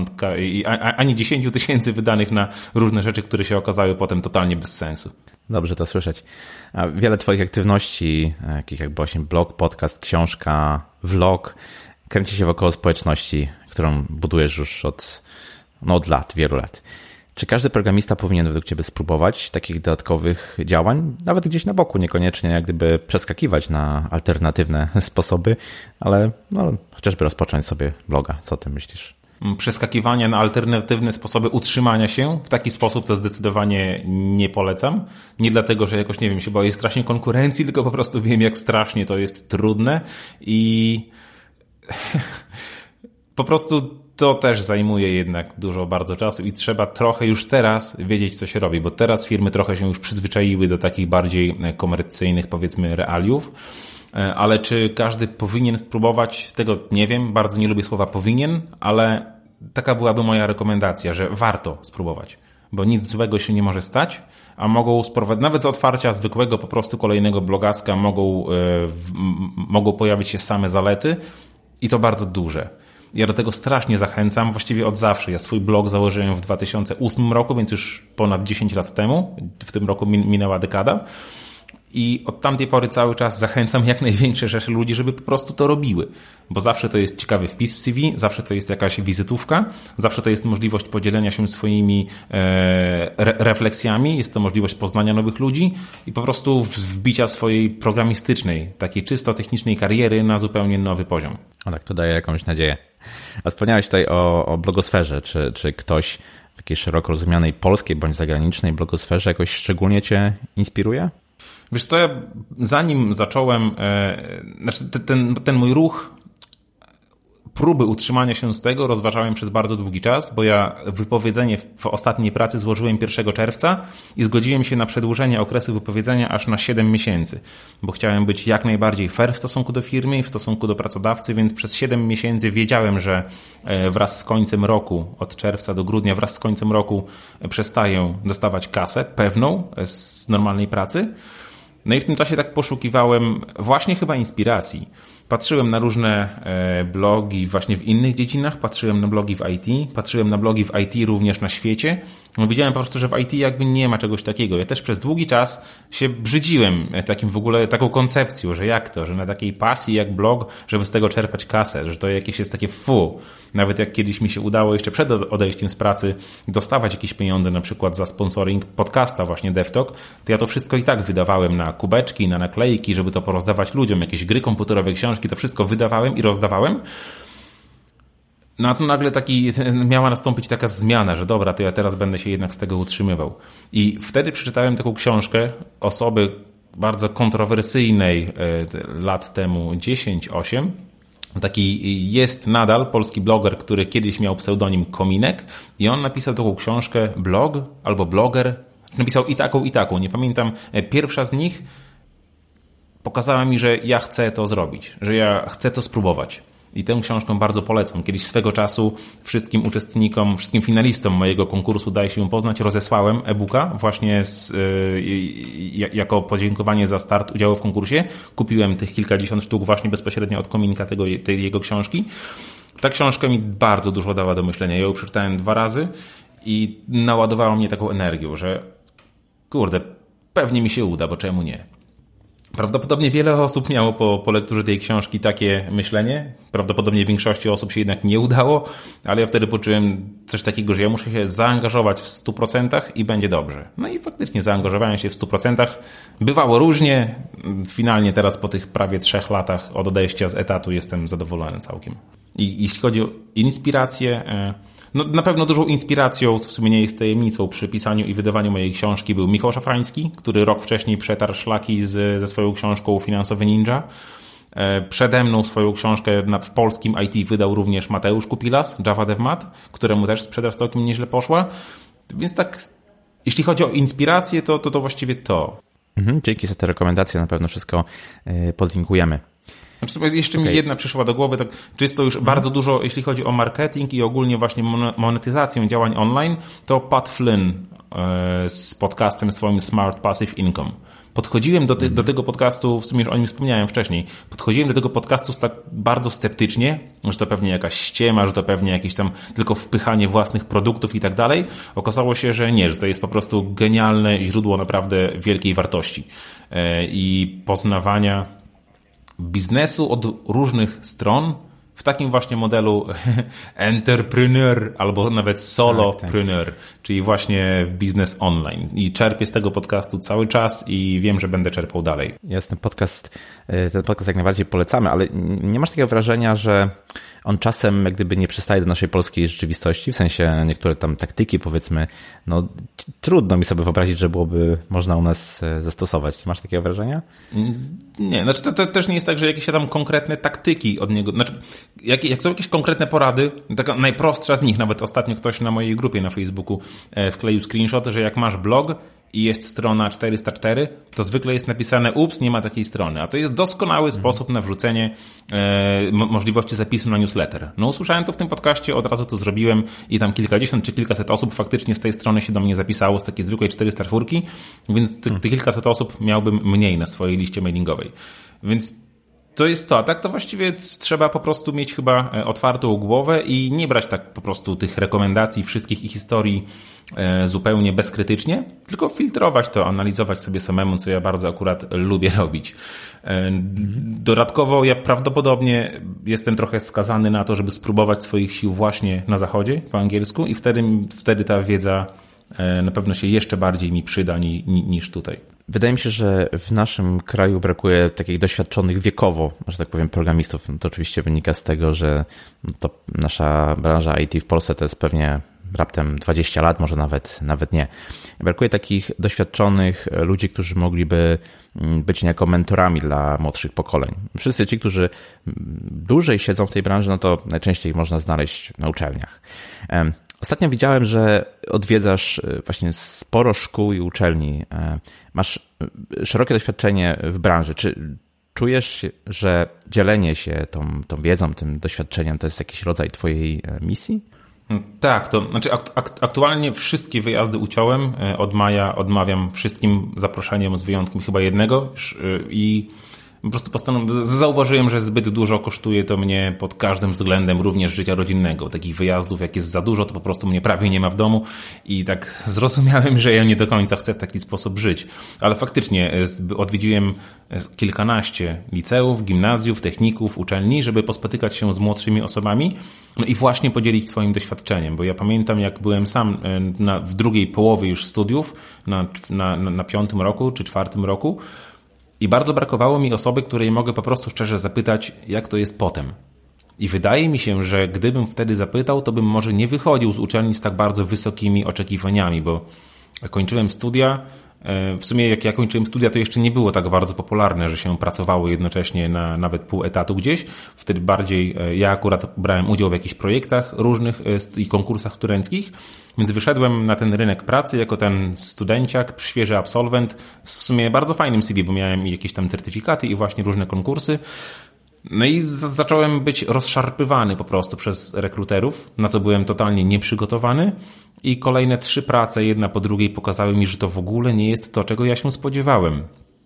10 tysięcy wydanych na różne rzeczy, które się okazały potem totalnie bez sensu. Dobrze to słyszeć. A wiele twoich aktywności, takich jak właśnie blog, podcast, książka, vlog, kręci się wokoło społeczności, którą budujesz już od lat, wielu lat. Czy każdy programista powinien według ciebie spróbować takich dodatkowych działań, nawet gdzieś na boku, niekoniecznie jak gdyby przeskakiwać na alternatywne sposoby, ale chociażby rozpocząć sobie bloga? Co ty myślisz? Przeskakiwania na alternatywne sposoby utrzymania się w taki sposób to zdecydowanie nie polecam. Nie dlatego, że jakoś, nie wiem, się boję strasznie konkurencji, tylko po prostu wiem, jak strasznie to jest trudne i po prostu to też zajmuje jednak bardzo czasu i trzeba trochę już teraz wiedzieć, co się robi, bo teraz firmy trochę się już przyzwyczaiły do takich bardziej komercyjnych, powiedzmy, realiów. Ale czy każdy powinien spróbować? Tego nie wiem. Bardzo nie lubię słowa powinien, ale taka byłaby moja rekomendacja, że warto spróbować, bo nic złego się nie może stać, a mogą spróbować, nawet z otwarcia zwykłego po prostu kolejnego blogaska mogą pojawić się same zalety i to bardzo duże. Ja do tego strasznie zachęcam, właściwie od zawsze. Ja swój blog założyłem w 2008 roku, więc już ponad 10 lat temu. W tym roku minęła dekada. i od tamtej pory cały czas zachęcam jak największe rzesze ludzi, żeby po prostu to robiły. Bo zawsze to jest ciekawy wpis w CV, zawsze to jest jakaś wizytówka, zawsze to jest możliwość podzielenia się swoimi refleksjami, jest to możliwość poznania nowych ludzi i po prostu wbicia swojej programistycznej, takiej czysto technicznej kariery na zupełnie nowy poziom. O tak, to daje jakąś nadzieję. A wspomniałeś tutaj o blogosferze. Czy ktoś w takiej szeroko rozumianej polskiej bądź zagranicznej blogosferze jakoś szczególnie cię inspiruje? Wiesz co, ja zanim zacząłem, ten mój ruch próby utrzymania się z tego rozważałem przez bardzo długi czas, bo ja wypowiedzenie w ostatniej pracy złożyłem 1 czerwca i zgodziłem się na przedłużenie okresu wypowiedzenia aż na 7 miesięcy, bo chciałem być jak najbardziej fair w stosunku do firmy i w stosunku do pracodawcy, więc przez 7 miesięcy wiedziałem, że wraz z końcem roku, od czerwca do grudnia, wraz z końcem roku przestaję dostawać kasę pewną z normalnej pracy. No i w tym czasie tak poszukiwałem właśnie chyba inspiracji. Patrzyłem na różne blogi właśnie w innych dziedzinach, patrzyłem na blogi w IT, patrzyłem na blogi w IT również na świecie. No, widziałem po prostu, że w IT jakby nie ma czegoś takiego. Ja też przez długi czas się brzydziłem taką koncepcją, że jak to, że na takiej pasji jak blog, żeby z tego czerpać kasę, że to jakieś jest takie Nawet jak kiedyś mi się udało jeszcze przed odejściem z pracy dostawać jakieś pieniądze na przykład za sponsoring podcasta właśnie DevTalk, to ja to wszystko i tak wydawałem na kubeczki, na naklejki, żeby to porozdawać ludziom, jakieś gry komputerowe, książki, to wszystko wydawałem i rozdawałem. No a tu nagle miała nastąpić taka zmiana, że dobra, to ja teraz będę się jednak z tego utrzymywał. I wtedy przeczytałem taką książkę osoby bardzo kontrowersyjnej lat temu 10-8. Taki jest nadal polski bloger, który kiedyś miał pseudonim Kominek i on napisał taką książkę blog albo bloger. Napisał i taką, nie pamiętam. Pierwsza z nich pokazała mi, że ja chcę to zrobić, że ja chcę to spróbować. I tę książkę bardzo polecam. Kiedyś swego czasu wszystkim uczestnikom, wszystkim finalistom mojego konkursu Daj się poznać rozesłałem e-booka właśnie jako podziękowanie za start udziału w konkursie. Kupiłem tych kilkadziesiąt sztuk właśnie bezpośrednio od Kominka tej jego książki. Ta książka mi bardzo dużo dała do myślenia. Ja ją przeczytałem 2 razy i naładowała mnie taką energią, że kurde, pewnie mi się uda, bo czemu nie? Prawdopodobnie wiele osób miało po lekturze tej książki takie myślenie. Prawdopodobnie większości osób się jednak nie udało, ale ja wtedy poczułem coś takiego, że ja muszę się zaangażować w 100% i będzie dobrze. No i faktycznie zaangażowałem się w 100%. Bywało różnie. Finalnie teraz po tych prawie 3 latach od odejścia z etatu jestem zadowolony całkiem. I jeśli chodzi o inspirację, no na pewno dużą inspiracją, co w sumie nie jest tajemnicą, przy pisaniu i wydawaniu mojej książki był Michał Szafrański, który rok wcześniej przetarł szlaki ze swoją książką Finansowy Ninja. Przede mną swoją książkę w polskim IT wydał również Mateusz Kupilas, Java DevMat, któremu też sprzedaż całkiem nieźle poszła. Więc tak, jeśli chodzi o inspirację, to właściwie to. Dzięki za te rekomendacje, na pewno wszystko podlinkujemy. Jeszcze mi jedna przyszła do głowy, tak czysto już bardzo dużo, jeśli chodzi o marketing i ogólnie właśnie monetyzację działań online, to Pat Flynn z podcastem swoim Smart Passive Income. Podchodziłem do tego podcastu, w sumie już o nim wspomniałem wcześniej, podchodziłem do tego podcastu tak bardzo sceptycznie, że to pewnie jakaś ściema, że to pewnie jakieś tam tylko wpychanie własnych produktów i tak dalej. Okazało się, że nie, że to jest po prostu genialne źródło naprawdę wielkiej wartości i poznawania biznesu od różnych stron w takim właśnie modelu entrepreneur albo nawet solopreneur, czyli właśnie biznes online. I czerpię z tego podcastu cały czas i wiem, że będę czerpał dalej. Ten podcast jak najbardziej polecamy, ale nie masz takiego wrażenia, że on czasem jak gdyby nie przystaje do naszej polskiej rzeczywistości, w sensie niektóre tam taktyki, powiedzmy, no trudno mi sobie wyobrazić, że byłoby można u nas zastosować. Masz takiego wrażenia? Nie, znaczy to też nie jest tak, że jakieś tam konkretne taktyki od niego, znaczy jak są jakieś konkretne porady, taka najprostsza z nich, nawet ostatnio ktoś na mojej grupie na Facebooku wkleił screenshot, że jak masz blog i jest strona 404, to zwykle jest napisane nie ma takiej strony, a to jest doskonały sposób na wrzucenie możliwości zapisu na newsletter. No usłyszałem to w tym podcaście, od razu to zrobiłem i tam kilkadziesiąt czy kilkaset osób faktycznie z tej strony się do mnie zapisało, z takiej zwykłej 404, więc tych kilkaset osób miałbym mniej na swojej liście mailingowej. Więc To jest to, a tak to właściwie trzeba po prostu mieć chyba otwartą głowę i nie brać tak po prostu tych rekomendacji wszystkich i historii zupełnie bezkrytycznie, tylko filtrować to, analizować sobie samemu, co ja bardzo akurat lubię robić. Dodatkowo ja prawdopodobnie jestem trochę skazany na to, żeby spróbować swoich sił właśnie na zachodzie po angielsku i wtedy ta wiedza na pewno się jeszcze bardziej mi przyda niż tutaj. Wydaje mi się, że w naszym kraju brakuje takich doświadczonych wiekowo, że tak powiem, programistów. To oczywiście wynika z tego, że to nasza branża IT w Polsce to jest pewnie raptem 20 lat, może nawet nie. Brakuje takich doświadczonych ludzi, którzy mogliby być niejako mentorami dla młodszych pokoleń. Wszyscy ci, którzy dłużej siedzą w tej branży, no to najczęściej można znaleźć na uczelniach. Ostatnio widziałem, że odwiedzasz właśnie sporo szkół i uczelni. Masz szerokie doświadczenie w branży. Czy czujesz, że dzielenie się tą wiedzą, tym doświadczeniem to jest jakiś rodzaj twojej misji? Tak, to znaczy aktualnie wszystkie wyjazdy uciąłem. Od maja odmawiam wszystkim zaproszeniom z wyjątkiem chyba jednego i po prostu zauważyłem, że zbyt dużo kosztuje to mnie pod każdym względem, również życia rodzinnego. Takich wyjazdów, jak jest za dużo, to po prostu mnie prawie nie ma w domu i tak zrozumiałem, że ja nie do końca chcę w taki sposób żyć. Ale faktycznie odwiedziłem kilkanaście liceów, gimnazjów, techników, uczelni, żeby pospotykać się z młodszymi osobami, no i właśnie podzielić swoim doświadczeniem, bo ja pamiętam, jak byłem sam w drugiej połowie już studiów, na 5. roku czy 4. roku, i bardzo brakowało mi osoby, której mogę po prostu szczerze zapytać, jak to jest potem. I wydaje mi się, że gdybym wtedy zapytał, to bym może nie wychodził z uczelni z tak bardzo wysokimi oczekiwaniami, bo kończyłem studia. W sumie jak ja kończyłem studia, to jeszcze nie było tak bardzo popularne, że się pracowało jednocześnie na nawet pół etatu gdzieś. Wtedy bardziej ja akurat brałem udział w jakichś projektach różnych i konkursach studenckich, więc wyszedłem na ten rynek pracy jako ten studenciak, świeży absolwent w sumie bardzo fajnym CV, bo miałem jakieś tam certyfikaty i właśnie różne konkursy. No i zacząłem być rozszarpywany po prostu przez rekruterów, na co byłem totalnie nieprzygotowany i kolejne 3 prace, jedna po drugiej, pokazały mi, że to w ogóle nie jest to, czego ja się spodziewałem.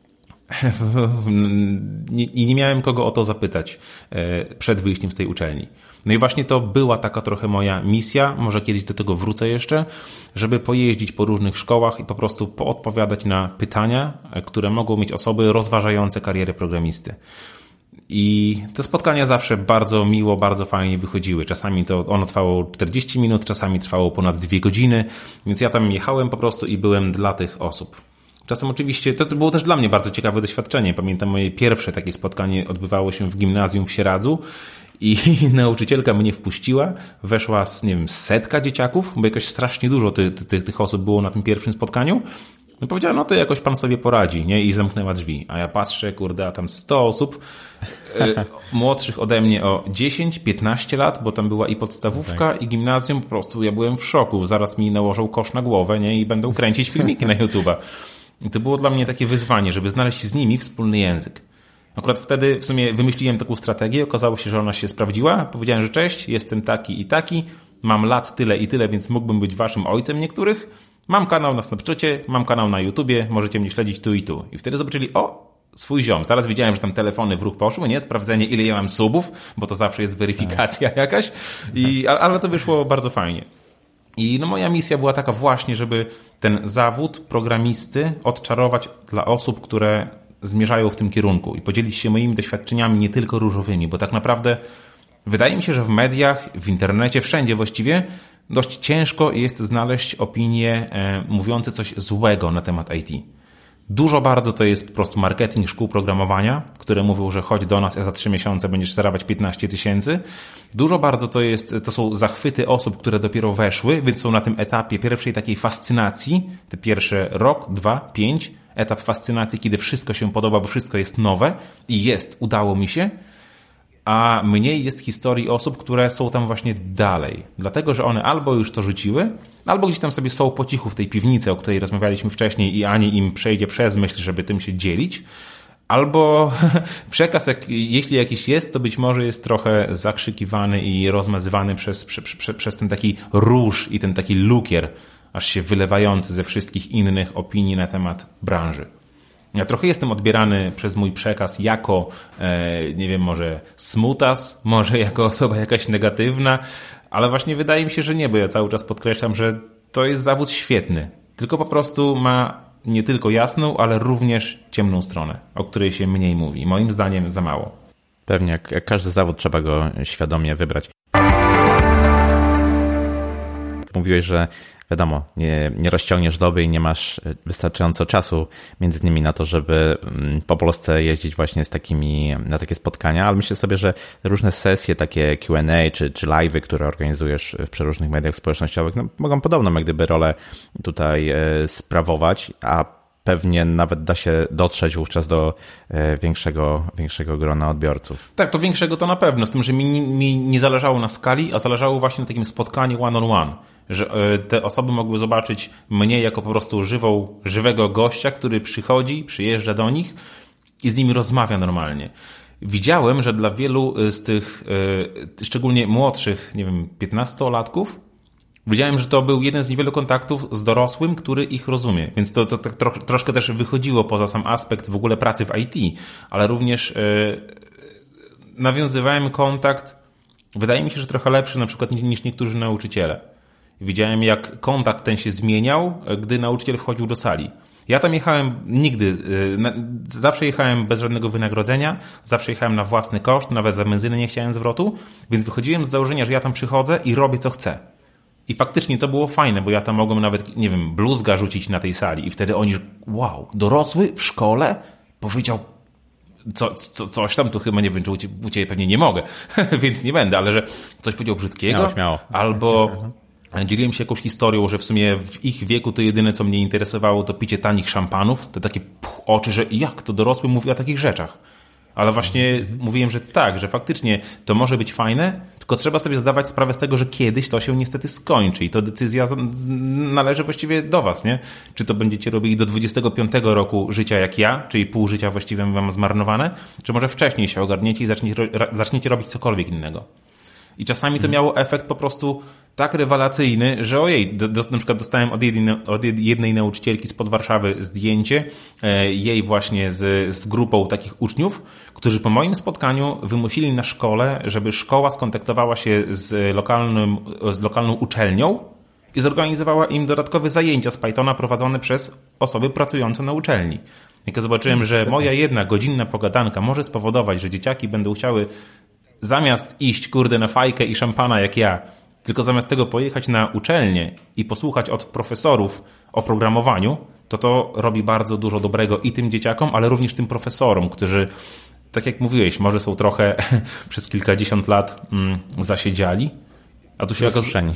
I nie miałem kogo o to zapytać przed wyjściem z tej uczelni. No i właśnie to była taka trochę moja misja, może kiedyś do tego wrócę jeszcze, żeby pojeździć po różnych szkołach i po prostu poodpowiadać na pytania, które mogą mieć osoby rozważające karierę programisty. I te spotkania zawsze bardzo miło, bardzo fajnie wychodziły. Czasami to ono trwało 40 minut, czasami trwało ponad 2 godziny, więc ja tam jechałem po prostu i byłem dla tych osób. Czasem oczywiście, to było też dla mnie bardzo ciekawe doświadczenie. Pamiętam, moje pierwsze takie spotkanie odbywało się w gimnazjum w Sieradzu i nauczycielka mnie wpuściła, weszła z 100 dzieciaków, bo jakoś strasznie dużo tych osób było na tym pierwszym spotkaniu. No powiedziała, no to jakoś pan sobie poradzi, nie? I zamknęła drzwi. A ja patrzę, kurde, a tam 100 osób młodszych ode mnie o 10-15 lat, bo tam była i podstawówka, i gimnazjum. Po prostu ja byłem w szoku. Zaraz mi nałożą kosz na głowę, nie? I będą kręcić filmiki na YouTube'a. I to było dla mnie takie wyzwanie, żeby znaleźć z nimi wspólny język. Akurat wtedy w sumie wymyśliłem taką strategię, okazało się, że ona się sprawdziła. Powiedziałem, że cześć, jestem taki i taki, mam lat tyle i tyle, więc mógłbym być waszym ojcem niektórych. Mam kanał na Snapchacie, mam kanał na YouTubie, możecie mnie śledzić tu i tu. I wtedy zobaczyli, swój ziom. Zaraz wiedziałem, że tam telefony w ruch poszły, nie? Sprawdzenie, ile ja mam subów, bo to zawsze jest weryfikacja jakaś. Ale to wyszło bardzo fajnie. I moja misja była taka właśnie, żeby ten zawód programisty odczarować dla osób, które zmierzają w tym kierunku i podzielić się moimi doświadczeniami nie tylko różowymi, bo tak naprawdę wydaje mi się, że w mediach, w internecie, wszędzie właściwie dość ciężko jest znaleźć opinie mówiące coś złego na temat IT. Dużo bardzo to jest po prostu marketing szkół programowania, które mówią, że chodź do nas, a za 3 miesiące będziesz zarabiać 15 000. Dużo bardzo to są zachwyty osób, które dopiero weszły, więc są na tym etapie pierwszej takiej fascynacji, te pierwsze rok, 2, 5, etap fascynacji, kiedy wszystko się podoba, bo wszystko jest nowe i udało mi się, a mniej jest historii osób, które są tam właśnie dalej. Dlatego, że one albo już to rzuciły, albo gdzieś tam sobie są po cichu w tej piwnicy, o której rozmawialiśmy wcześniej i ani im przejdzie przez myśl, żeby tym się dzielić, albo przekaz, jeśli jakiś jest, to być może jest trochę zakrzykiwany i rozmazywany przez ten taki róż i ten taki lukier, aż się wylewający ze wszystkich innych opinii na temat branży. Ja trochę jestem odbierany przez mój przekaz jako, nie wiem, może smutas, może jako osoba jakaś negatywna, ale właśnie wydaje mi się, że nie, bo ja cały czas podkreślam, że to jest zawód świetny. Tylko po prostu ma nie tylko jasną, ale również ciemną stronę, o której się mniej mówi. Moim zdaniem za mało. Pewnie, jak każdy zawód trzeba go świadomie wybrać. Mówiłeś, że wiadomo, nie rozciągniesz doby i nie masz wystarczająco czasu między innymi na to, żeby po Polsce jeździć właśnie na takie spotkania, ale myślę sobie, że różne sesje, takie Q&A czy live'y, które organizujesz w przeróżnych mediach społecznościowych, no, mogą podobną jak gdyby rolę tutaj sprawować, a pewnie nawet da się dotrzeć wówczas do większego grona odbiorców. Tak, to większego to na pewno, z tym, że mi nie zależało na skali, a zależało właśnie na takim spotkaniu one-on-one, że te osoby mogły zobaczyć mnie jako po prostu żywego gościa, który przyjeżdża do nich i z nimi rozmawia normalnie. Widziałem, że dla wielu z tych, szczególnie młodszych, nie wiem, 15-latków, widziałem, że to był jeden z niewielu kontaktów z dorosłym, który ich rozumie. Więc to tak troszkę też wychodziło poza sam aspekt w ogóle pracy w IT, ale również nawiązywałem kontakt, wydaje mi się, że trochę lepszy na przykład niż niektórzy nauczyciele. Widziałem, jak kontakt ten się zmieniał, gdy nauczyciel wchodził do sali. Ja tam jechałem zawsze jechałem bez żadnego wynagrodzenia, zawsze jechałem na własny koszt, nawet za benzynę nie chciałem zwrotu, więc wychodziłem z założenia, że ja tam przychodzę i robię co chcę. I faktycznie to było fajne, bo ja tam mogłem nawet, nie wiem, bluzga rzucić na tej sali i wtedy oni, wow, dorosły w szkole powiedział coś tam, tu chyba nie wiem, czy u ciebie pewnie nie mogę, więc nie będę, ale że coś powiedział brzydkiego, śmiało. Albo dzieliłem się jakąś historią, że w sumie w ich wieku to jedyne, co mnie interesowało, to picie tanich szampanów, to takie oczy, że jak to dorosły mówi o takich rzeczach. Ale właśnie mówiłem, że tak, że faktycznie to może być fajne, tylko trzeba sobie zdawać sprawę z tego, że kiedyś to się niestety skończy i to decyzja należy właściwie do was, nie? Czy to będziecie robili do 25 roku życia jak ja, czyli pół życia właściwie mam zmarnowane, czy może wcześniej się ogarniecie i zaczniecie robić cokolwiek innego. I czasami to miało efekt po prostu tak rewelacyjny, że ojej, na przykład dostałem od jednej nauczycielki spod Warszawy zdjęcie jej właśnie z grupą takich uczniów, którzy po moim spotkaniu wymusili na szkole, żeby szkoła skontaktowała się z lokalną uczelnią i zorganizowała im dodatkowe zajęcia z Pythona prowadzone przez osoby pracujące na uczelni. Jak ja zobaczyłem, że moja jedna godzinna pogadanka może spowodować, że dzieciaki będą chciały zamiast iść, na fajkę i szampana jak ja, tylko zamiast tego pojechać na uczelnię i posłuchać od profesorów o programowaniu, to robi bardzo dużo dobrego i tym dzieciakom, ale również tym profesorom, którzy, tak jak mówiłeś, może są trochę przez kilkadziesiąt lat zasiedziali, a tu się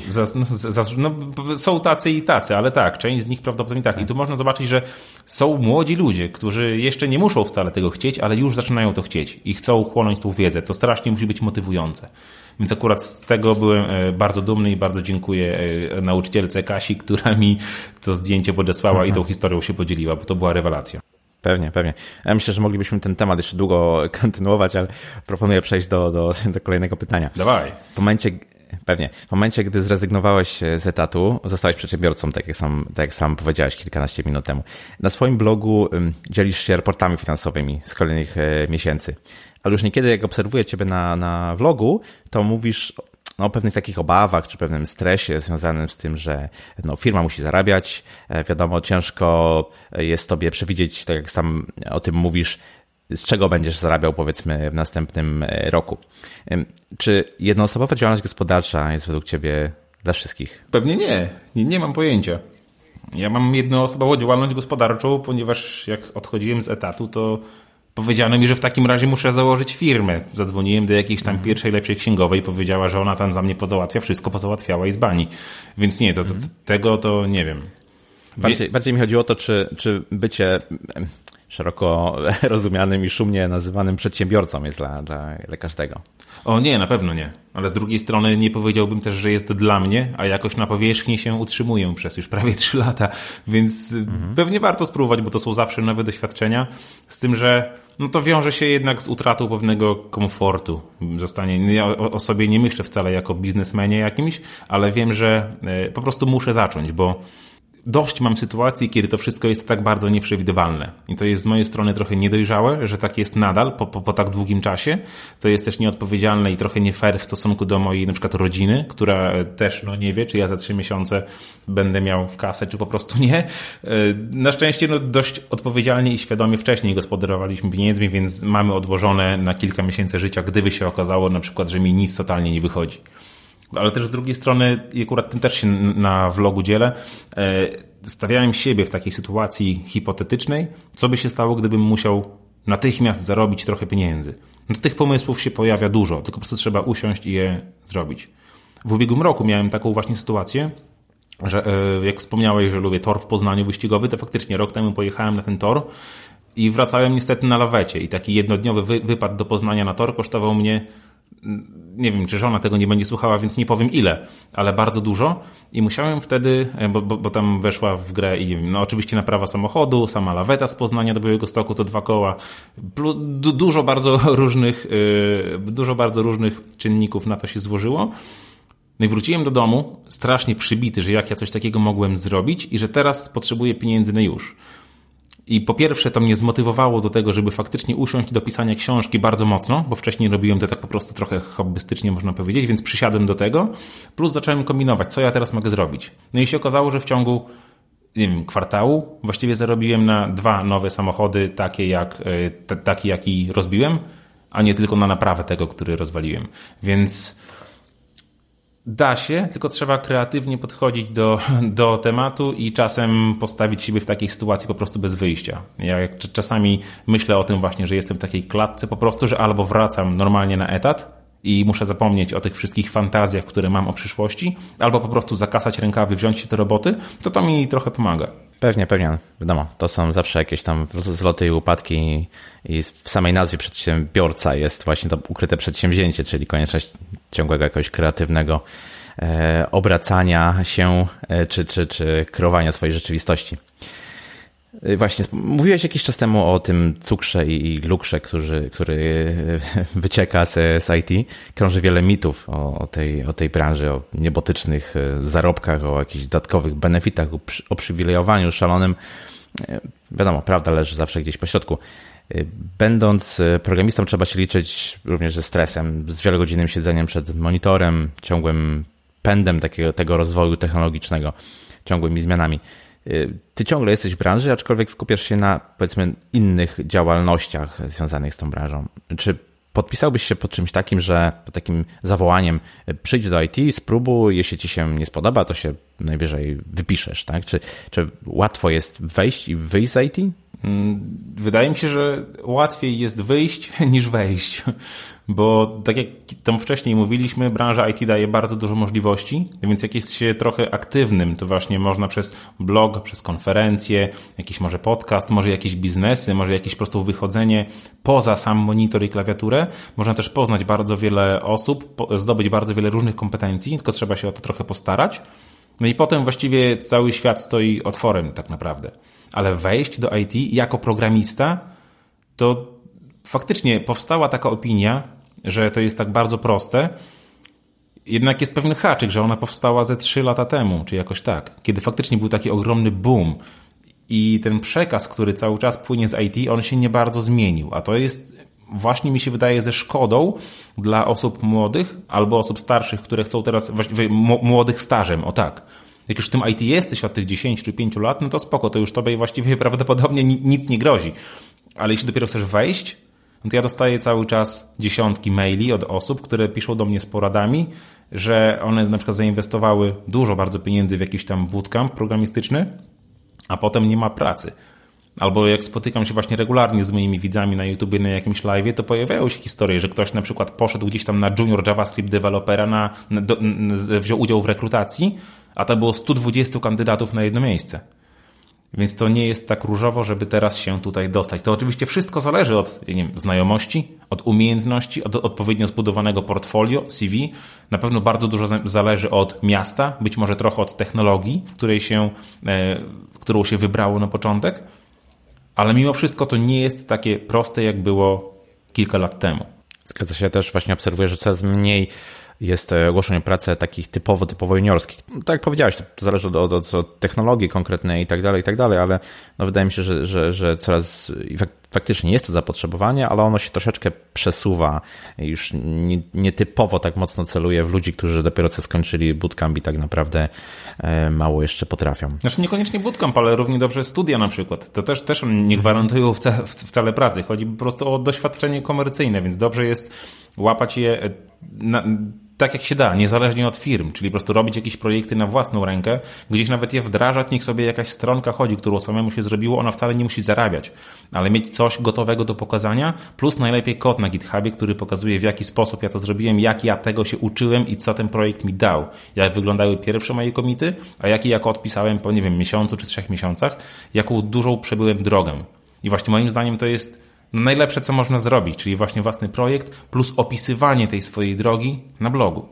są tacy i tacy, ale tak, część z nich prawdopodobnie tak. I tu można zobaczyć, że są młodzi ludzie, którzy jeszcze nie muszą wcale tego chcieć, ale już zaczynają to chcieć i chcą chłonąć tą wiedzę. To strasznie musi być motywujące. Więc akurat z tego byłem bardzo dumny i bardzo dziękuję nauczycielce Kasi, która mi to zdjęcie podesłała i tą historią się podzieliła, bo to była rewelacja. Pewnie. Ja myślę, że moglibyśmy ten temat jeszcze długo kontynuować, ale proponuję przejść do kolejnego pytania. Dawaj. W momencie, gdy zrezygnowałeś z etatu, zostałeś przedsiębiorcą, tak jak sam powiedziałeś kilkanaście minut temu. Na swoim blogu dzielisz się raportami finansowymi z kolejnych miesięcy. Ale już niekiedy, jak obserwuję ciebie na vlogu, to mówisz o pewnych takich obawach czy pewnym stresie związanym z tym, że firma musi zarabiać. Wiadomo, ciężko jest tobie przewidzieć, tak jak sam o tym mówisz, z czego będziesz zarabiał, powiedzmy, w następnym roku. Czy jednoosobowa działalność gospodarcza jest według ciebie dla wszystkich? Pewnie nie mam pojęcia. Ja mam jednoosobową działalność gospodarczą, ponieważ jak odchodziłem z etatu, to powiedziano mi, że w takim razie muszę założyć firmę. Zadzwoniłem do jakiejś tam pierwszej, lepszej księgowej, powiedziała, że ona tam za mnie pozałatwia, wszystko pozałatwiała i z bani. Więc nie, tego to nie wiem. Bardziej mi chodzi o to, czy bycie szeroko rozumianym i szumnie nazywanym przedsiębiorcą jest dla każdego. O nie, na pewno nie. Ale z drugiej strony nie powiedziałbym też, że jest dla mnie, a jakoś na powierzchni się utrzymuję przez już prawie 3 lata, więc pewnie warto spróbować, bo to są zawsze nowe doświadczenia, z tym, że to wiąże się jednak z utratą pewnego komfortu. Ja o sobie nie myślę wcale jako biznesmenie jakimś, ale wiem, że po prostu muszę zacząć, bo dość mam sytuacji, kiedy to wszystko jest tak bardzo nieprzewidywalne. I to jest z mojej strony trochę niedojrzałe, że tak jest nadal po tak długim czasie. To jest też nieodpowiedzialne i trochę nie fair w stosunku do mojej na przykład rodziny, która też nie wie, czy ja za 3 miesiące będę miał kasę, czy po prostu nie. Na szczęście dość odpowiedzialnie i świadomie wcześniej gospodarowaliśmy pieniędzmi, więc mamy odłożone na kilka miesięcy życia, gdyby się okazało na przykład, że mi nic totalnie nie wychodzi. Ale też z drugiej strony, i akurat tym też się na vlogu dzielę, stawiałem siebie w takiej sytuacji hipotetycznej, co by się stało, gdybym musiał natychmiast zarobić trochę pieniędzy. Tych pomysłów się pojawia dużo, tylko po prostu trzeba usiąść i je zrobić. W ubiegłym roku miałem taką właśnie sytuację, że jak wspomniałeś, że lubię tor w Poznaniu wyścigowy, to faktycznie rok temu pojechałem na ten tor i wracałem niestety na lawecie i taki jednodniowy wypad do Poznania na tor kosztował mnie, nie wiem, czy żona tego nie będzie słuchała, więc nie powiem ile, ale bardzo dużo i musiałem wtedy, bo tam weszła w grę i oczywiście naprawa samochodu, sama laweta z Poznania do Białegostoku to 2 koła, dużo bardzo różnych czynników na to się złożyło. No i wróciłem do domu strasznie przybity, że jak ja coś takiego mogłem zrobić i że teraz potrzebuję pieniędzy na już. I po pierwsze to mnie zmotywowało do tego, żeby faktycznie usiąść do pisania książki bardzo mocno, bo wcześniej robiłem to tak po prostu trochę hobbystycznie można powiedzieć, więc przysiadłem do tego, plus zacząłem kombinować, co ja teraz mogę zrobić. No i się okazało, że w ciągu kwartału właściwie zarobiłem na 2 nowe samochody, taki jaki rozbiłem, a nie tylko na naprawę tego, który rozwaliłem. Więc da się, tylko trzeba kreatywnie podchodzić do tematu i czasem postawić siebie w takiej sytuacji po prostu bez wyjścia. Ja czasami myślę o tym właśnie, że jestem w takiej klatce po prostu, że albo wracam normalnie na etat i muszę zapomnieć o tych wszystkich fantazjach, które mam o przyszłości, albo po prostu zakasać rękawy, wziąć się do roboty, to mi trochę pomaga. Pewnie. Wiadomo, to są zawsze jakieś tam wzloty i upadki i w samej nazwie przedsiębiorca jest właśnie to ukryte przedsięwzięcie, czyli konieczność ciągłego jakiegoś kreatywnego obracania się czy kreowania swojej rzeczywistości. Właśnie, mówiłeś jakiś czas temu o tym cukrze i lukrze, który wycieka z IT. Krąży wiele mitów o tej branży, o niebotycznych zarobkach, o jakichś dodatkowych benefitach, o przywilejowaniu szalonym. Wiadomo, prawda leży zawsze gdzieś pośrodku. Będąc programistą trzeba się liczyć również ze stresem, z wielogodzinnym siedzeniem przed monitorem, ciągłym pędem tego rozwoju technologicznego, ciągłymi zmianami. Ty ciągle jesteś w branży, aczkolwiek skupiasz się na, powiedzmy, innych działalnościach związanych z tą branżą. Czy podpisałbyś się pod czymś takim, że pod takim zawołaniem przyjdź do IT, spróbuj, jeśli ci się nie spodoba, to się najwyżej wypiszesz, tak? Czy łatwo jest wejść i wyjść z IT? Wydaje mi się, że łatwiej jest wyjść niż wejść, bo tak jak tam wcześniej mówiliśmy, branża IT daje bardzo dużo możliwości, więc jak jest się trochę aktywnym, to właśnie można przez blog, przez konferencje, jakiś może podcast, może jakieś biznesy, może jakieś po prostu wychodzenie poza sam monitor i klawiaturę, można też poznać bardzo wiele osób, zdobyć bardzo wiele różnych kompetencji, tylko trzeba się o to trochę postarać. No i potem właściwie cały świat stoi otworem tak naprawdę. Ale wejść do IT jako programista, to faktycznie powstała taka opinia, że to jest tak bardzo proste. Jednak jest pewien haczyk, że ona powstała ze 3 lata temu, czy jakoś tak, kiedy faktycznie był taki ogromny boom. I ten przekaz, który cały czas płynie z IT, on się nie bardzo zmienił. A to jest właśnie, mi się wydaje, ze szkodą dla osób młodych albo osób starszych, które chcą teraz, młodych stażem, o tak. Jak już w tym IT jesteś od tych 10 czy 5 lat, no to spoko, to już tobie właściwie prawdopodobnie nic nie grozi. Ale jeśli dopiero chcesz wejść, no to ja dostaję cały czas dziesiątki maili od osób, które piszą do mnie z poradami, że one na przykład zainwestowały dużo bardzo pieniędzy w jakiś tam bootcamp programistyczny, a potem nie ma pracy. Albo jak spotykam się właśnie regularnie z moimi widzami na YouTubie na jakimś live'ie, to pojawiają się historie, że ktoś na przykład poszedł gdzieś tam na junior JavaScript dewelopera, wziął udział w rekrutacji, a to było 120 kandydatów na jedno miejsce. Więc to nie jest tak różowo, żeby teraz się tutaj dostać. To oczywiście wszystko zależy od znajomości, od umiejętności, od odpowiednio zbudowanego portfolio, CV. Na pewno bardzo dużo zależy od miasta, być może trochę od technologii, którą się wybrało na początek. Ale mimo wszystko to nie jest takie proste, jak było kilka lat temu. Zgadza się, też właśnie obserwuję, że coraz mniej jest ogłoszenie pracy takich typowo juniorskich. Tak jak powiedziałeś, to zależy od technologii konkretnej i tak dalej, ale no wydaje mi się, że coraz faktycznie jest to zapotrzebowanie, ale ono się troszeczkę przesuwa. Już nietypowo tak mocno celuje w ludzi, którzy dopiero co skończyli bootcamp i tak naprawdę mało jeszcze potrafią. Znaczy niekoniecznie bootcamp, ale równie dobrze studia na przykład. To też nie gwarantują wcale pracy. Chodzi po prostu o doświadczenie komercyjne, więc dobrze jest łapać je tak jak się da, niezależnie od firm, czyli po prostu robić jakieś projekty na własną rękę, gdzieś nawet je wdrażać, niech sobie jakaś stronka chodzi, którą samemu się zrobiło, ona wcale nie musi zarabiać, ale mieć coś gotowego do pokazania, plus najlepiej kod na GitHubie, który pokazuje, w jaki sposób ja to zrobiłem, jak ja tego się uczyłem i co ten projekt mi dał, jak wyglądały pierwsze moje commity, a jaki ja kod pisałem po, nie wiem, miesiącu czy 3 miesiącach, jaką dużą przebyłem drogę. I właśnie moim zdaniem to jest najlepsze, co można zrobić, czyli właśnie własny projekt plus opisywanie tej swojej drogi na blogu.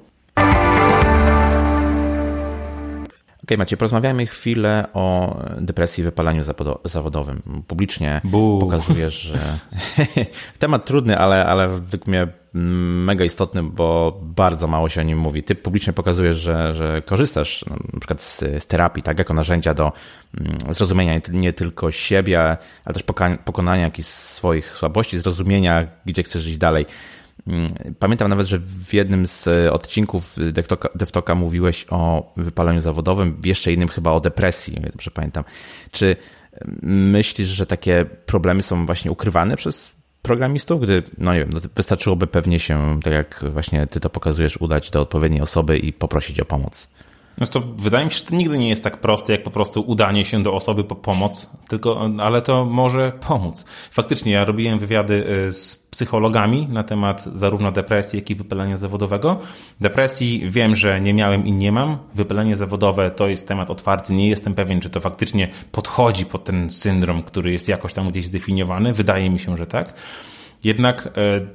Okej, Maciej, porozmawiajmy chwilę o depresji i wypalaniu zawodowym. Publicznie pokazujesz, że temat trudny, ale według mnie mega istotny, bo bardzo mało się o nim mówi. Ty publicznie pokazujesz, że korzystasz na przykład z terapii, tak, jako narzędzia do zrozumienia nie tylko siebie, ale też pokonania jakichś swoich słabości, zrozumienia, gdzie chcesz iść dalej. Pamiętam nawet, że w jednym z odcinków DevTalka mówiłeś o wypaleniu zawodowym, w jeszcze innym chyba o depresji, o ile dobrze pamiętam. Czy myślisz, że takie problemy są właśnie ukrywane przez programistów, gdy, no nie wiem, wystarczyłoby pewnie się, tak jak właśnie ty to pokazujesz, udać do odpowiedniej osoby i poprosić o pomoc? No to wydaje mi się, że to nigdy nie jest tak proste, jak po prostu udanie się do osoby po pomoc, ale to może pomóc. Faktycznie ja robiłem wywiady z psychologami na temat zarówno depresji, jak i wypalenia zawodowego. Depresji wiem, że nie miałem i nie mam. Wypalenie zawodowe to jest temat otwarty. Nie jestem pewien, czy to faktycznie podchodzi pod ten syndrom, który jest jakoś tam gdzieś zdefiniowany. Wydaje mi się, że tak. Jednak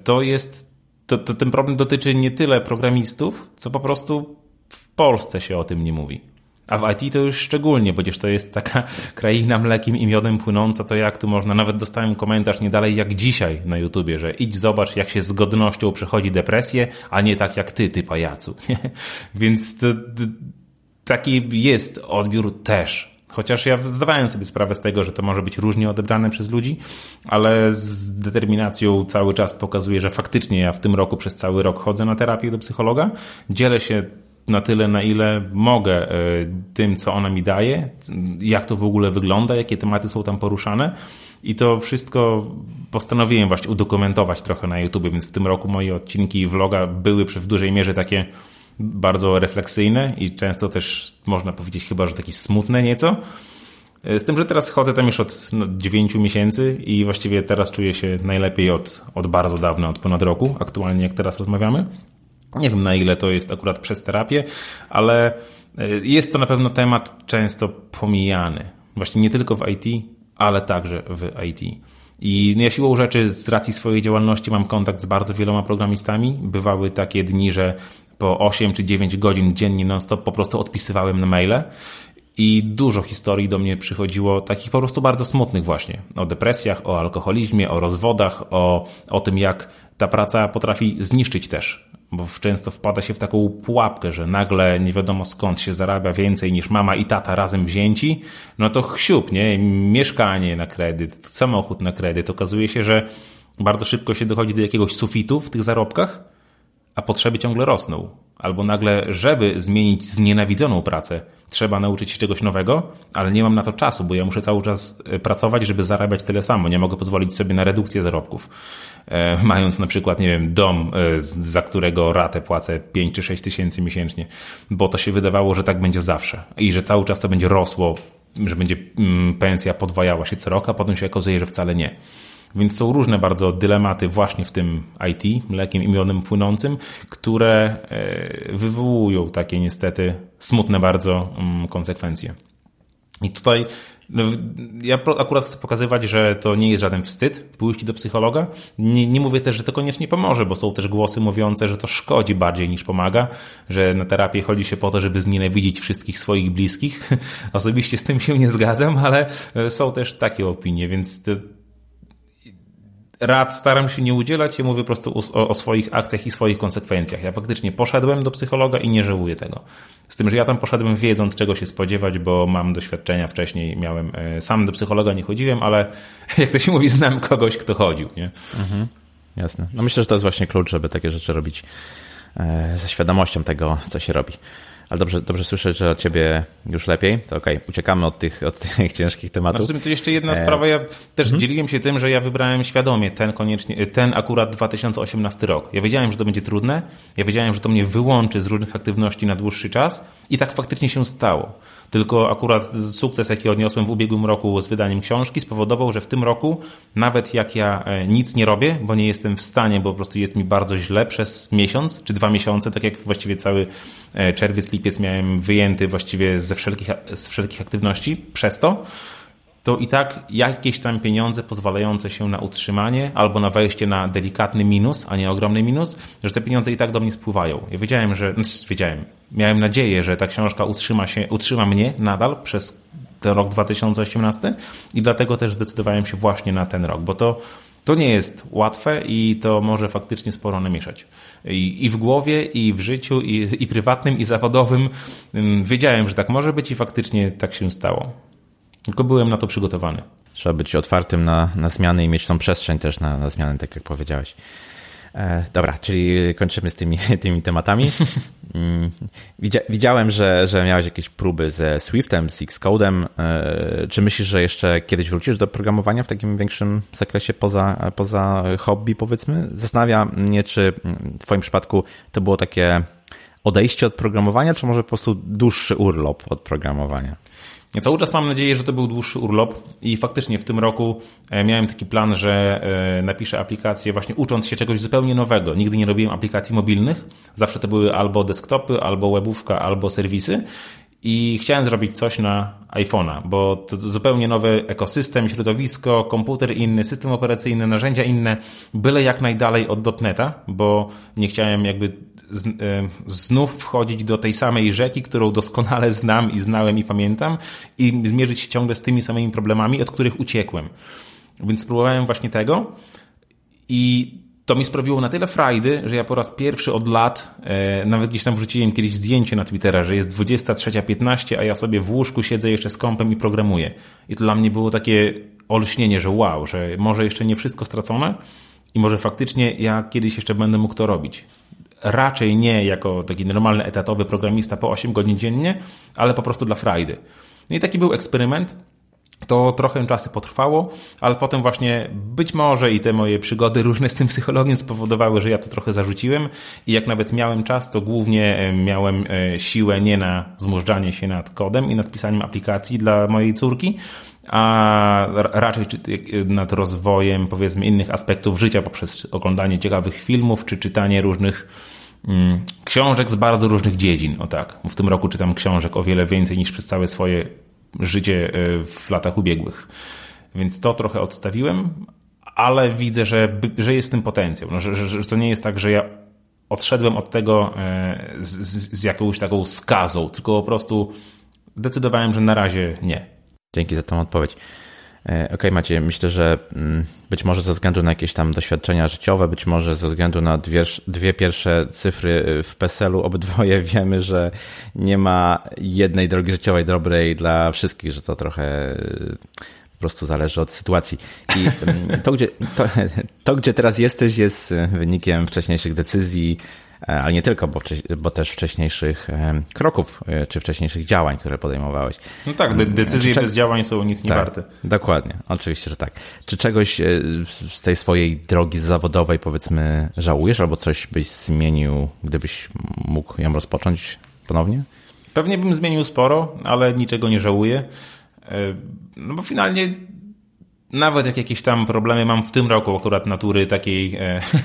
ten problem dotyczy nie tyle programistów, co po prostu w Polsce się o tym nie mówi. A w IT to już szczególnie, przecież to jest taka kraina mlekiem i miodem płynąca, to jak tu można, nawet dostałem komentarz nie dalej jak dzisiaj na YouTubie, że idź zobacz, jak się z godnością przechodzi depresję, a nie tak jak ty pajacu. Więc taki jest odbiór też. Chociaż ja zdawałem sobie sprawę z tego, że to może być różnie odebrane przez ludzi, ale z determinacją cały czas pokazuję, że faktycznie ja w tym roku przez cały rok chodzę na terapię do psychologa, dzielę się na tyle, na ile mogę tym, co ona mi daje, jak to w ogóle wygląda, jakie tematy są tam poruszane i to wszystko postanowiłem właśnie udokumentować trochę na YouTube, więc w tym roku moje odcinki vloga były w dużej mierze takie bardzo refleksyjne i często też można powiedzieć chyba, że takie smutne nieco. Z tym, że teraz chodzę tam już od 9 miesięcy i właściwie teraz czuję się najlepiej od bardzo dawna, od ponad roku, aktualnie jak teraz rozmawiamy. Nie wiem, na ile to jest akurat przez terapię, ale jest to na pewno temat często pomijany. Właśnie nie tylko w IT, ale także w IT. I ja siłą rzeczy z racji swojej działalności mam kontakt z bardzo wieloma programistami. Bywały takie dni, że po 8 czy 9 godzin dziennie non-stop po prostu odpisywałem na maile. I dużo historii do mnie przychodziło, takich po prostu bardzo smutnych właśnie. O depresjach, o alkoholizmie, o rozwodach, o tym, jak ta praca potrafi zniszczyć też. Bo często wpada się w taką pułapkę, że nagle nie wiadomo skąd się zarabia więcej niż mama i tata razem wzięci, no to chsiup, nie? Mieszkanie na kredyt, samochód na kredyt. Okazuje się, że bardzo szybko się dochodzi do jakiegoś sufitu w tych zarobkach, a potrzeby ciągle rosną. Albo nagle, żeby zmienić znienawidzoną pracę, trzeba nauczyć się czegoś nowego, ale nie mam na to czasu, bo ja muszę cały czas pracować, żeby zarabiać tyle samo. Nie mogę pozwolić sobie na redukcję zarobków. Mając na przykład, nie wiem, dom, za którego ratę płacę 5 czy 6 tysięcy miesięcznie, bo to się wydawało, że tak będzie zawsze i że cały czas to będzie rosło, że będzie pensja podwajała się co rok, a potem się okazuje, że wcale nie. Więc są różne bardzo dylematy właśnie w tym IT, mlekiem i miodem płynącym, które wywołują takie niestety smutne bardzo konsekwencje. I tutaj ja akurat chcę pokazywać, że to nie jest żaden wstyd pójść do psychologa. Nie mówię też, że to koniecznie pomoże, bo są też głosy mówiące, że to szkodzi bardziej niż pomaga, że na terapię chodzi się po to, żeby znienawidzić wszystkich swoich bliskich. Osobiście z tym się nie zgadzam, ale są też takie opinie, więc rad staram się nie udzielać, ja mówię po prostu o swoich akcjach i swoich konsekwencjach. Ja faktycznie poszedłem do psychologa i nie żałuję tego. Z tym, że ja tam poszedłem wiedząc, czego się spodziewać, bo mam doświadczenia wcześniej, sam do psychologa nie chodziłem, ale jak to się mówi, znam kogoś, kto chodził. Nie? Mhm, jasne. No myślę, że to jest właśnie klucz, żeby takie rzeczy robić ze świadomością tego, co się robi. Ale dobrze słyszę, że o ciebie już lepiej. To okej, uciekamy od tych ciężkich tematów. No w sumie to jeszcze jedna sprawa. Ja też dzieliłem się tym, że ja wybrałem świadomie ten akurat 2018 rok. Ja wiedziałem, że to będzie trudne. Ja wiedziałem, że to mnie wyłączy z różnych aktywności na dłuższy czas i tak faktycznie się stało. Tylko akurat sukces, jaki odniosłem w ubiegłym roku z wydaniem książki, spowodował, że w tym roku, nawet jak ja nic nie robię, bo nie jestem w stanie, bo po prostu jest mi bardzo źle przez miesiąc czy 2 miesiące, tak jak właściwie cały czerwiec, lipiec miałem wyjęty właściwie z wszelkich aktywności przez to i tak jakieś tam pieniądze pozwalające się na utrzymanie albo na wejście na delikatny minus, a nie ogromny minus, że te pieniądze i tak do mnie spływają. Ja miałem nadzieję, że ta książka utrzyma mnie nadal przez ten rok 2018 i dlatego też zdecydowałem się właśnie na ten rok, bo to nie jest łatwe i to może faktycznie sporo namieszać. I w głowie, i w życiu, i prywatnym, i zawodowym wiedziałem, że tak może być i faktycznie tak się stało. Tylko byłem na to przygotowany. Trzeba być otwartym na zmiany i mieć tą przestrzeń też na zmiany, tak jak powiedziałeś. Dobra, czyli kończymy z tymi tematami. Widziałem, że miałeś jakieś próby ze Swiftem, z Xcode'em. Czy myślisz, że jeszcze kiedyś wrócisz do programowania w takim większym zakresie poza hobby, powiedzmy? Zastanawia mnie, czy w twoim przypadku to było takie odejście od programowania, czy może po prostu dłuższy urlop od programowania? Ja cały czas mam nadzieję, że to był dłuższy urlop i faktycznie w tym roku miałem taki plan, że napiszę aplikację właśnie ucząc się czegoś zupełnie nowego. Nigdy nie robiłem aplikacji mobilnych. Zawsze to były albo desktopy, albo webówka, albo serwisy. I chciałem zrobić coś na iPhone'a, bo to zupełnie nowy ekosystem, środowisko, komputer inny, system operacyjny, narzędzia inne, byle jak najdalej od .NETA, bo nie chciałem jakby znów wchodzić do tej samej rzeki, którą doskonale znam i znałem i pamiętam i zmierzyć się ciągle z tymi samymi problemami, od których uciekłem. Więc spróbowałem właśnie tego i to mi sprawiło na tyle frajdy, że ja po raz pierwszy od lat, nawet gdzieś tam wrzuciłem kiedyś zdjęcie na Twittera, że jest 23:15, a ja sobie w łóżku siedzę jeszcze z kompem i programuję. I to dla mnie było takie olśnienie, że wow, że może jeszcze nie wszystko stracone i może faktycznie ja kiedyś jeszcze będę mógł to robić. Raczej nie jako taki normalny etatowy programista po 8 godzin dziennie, ale po prostu dla frajdy. No i taki był eksperyment. To trochę czasu potrwało, ale potem właśnie być może i te moje przygody różne z tym psychologiem spowodowały, że ja to trochę zarzuciłem i jak nawet miałem czas, to głównie miałem siłę nie na zmużdżanie się nad kodem i nad pisaniem aplikacji dla mojej córki, a raczej nad rozwojem, powiedzmy, innych aspektów życia poprzez oglądanie ciekawych filmów czy czytanie różnych książek z bardzo różnych dziedzin. O tak, w tym roku czytam książek o wiele więcej niż przez całe swoje życie w latach ubiegłych. Więc to trochę odstawiłem, ale widzę, że jest w tym potencjał. No, że to nie jest tak, że ja odszedłem od tego z jakąś taką skazą, tylko po prostu zdecydowałem, że na razie nie. Dzięki za tą odpowiedź. Okej, Maciej, myślę, że być może ze względu na jakieś tam doświadczenia życiowe, być może ze względu na dwie pierwsze cyfry w PESEL-u, obydwoje wiemy, że nie ma jednej drogi życiowej dobrej dla wszystkich, że to trochę po prostu zależy od sytuacji. I to, gdzie teraz jesteś, jest wynikiem wcześniejszych decyzji, ale nie tylko, bo też wcześniejszych kroków, czy wcześniejszych działań, które podejmowałeś. No tak, decyzje bez działań są nic nie warte. Dokładnie, oczywiście, że tak. Czy czegoś z tej swojej drogi zawodowej, powiedzmy, żałujesz, albo coś byś zmienił, gdybyś mógł ją rozpocząć ponownie? Pewnie bym zmienił sporo, ale niczego nie żałuję. No bo finalnie nawet jak jakieś tam problemy mam w tym roku akurat natury takiej,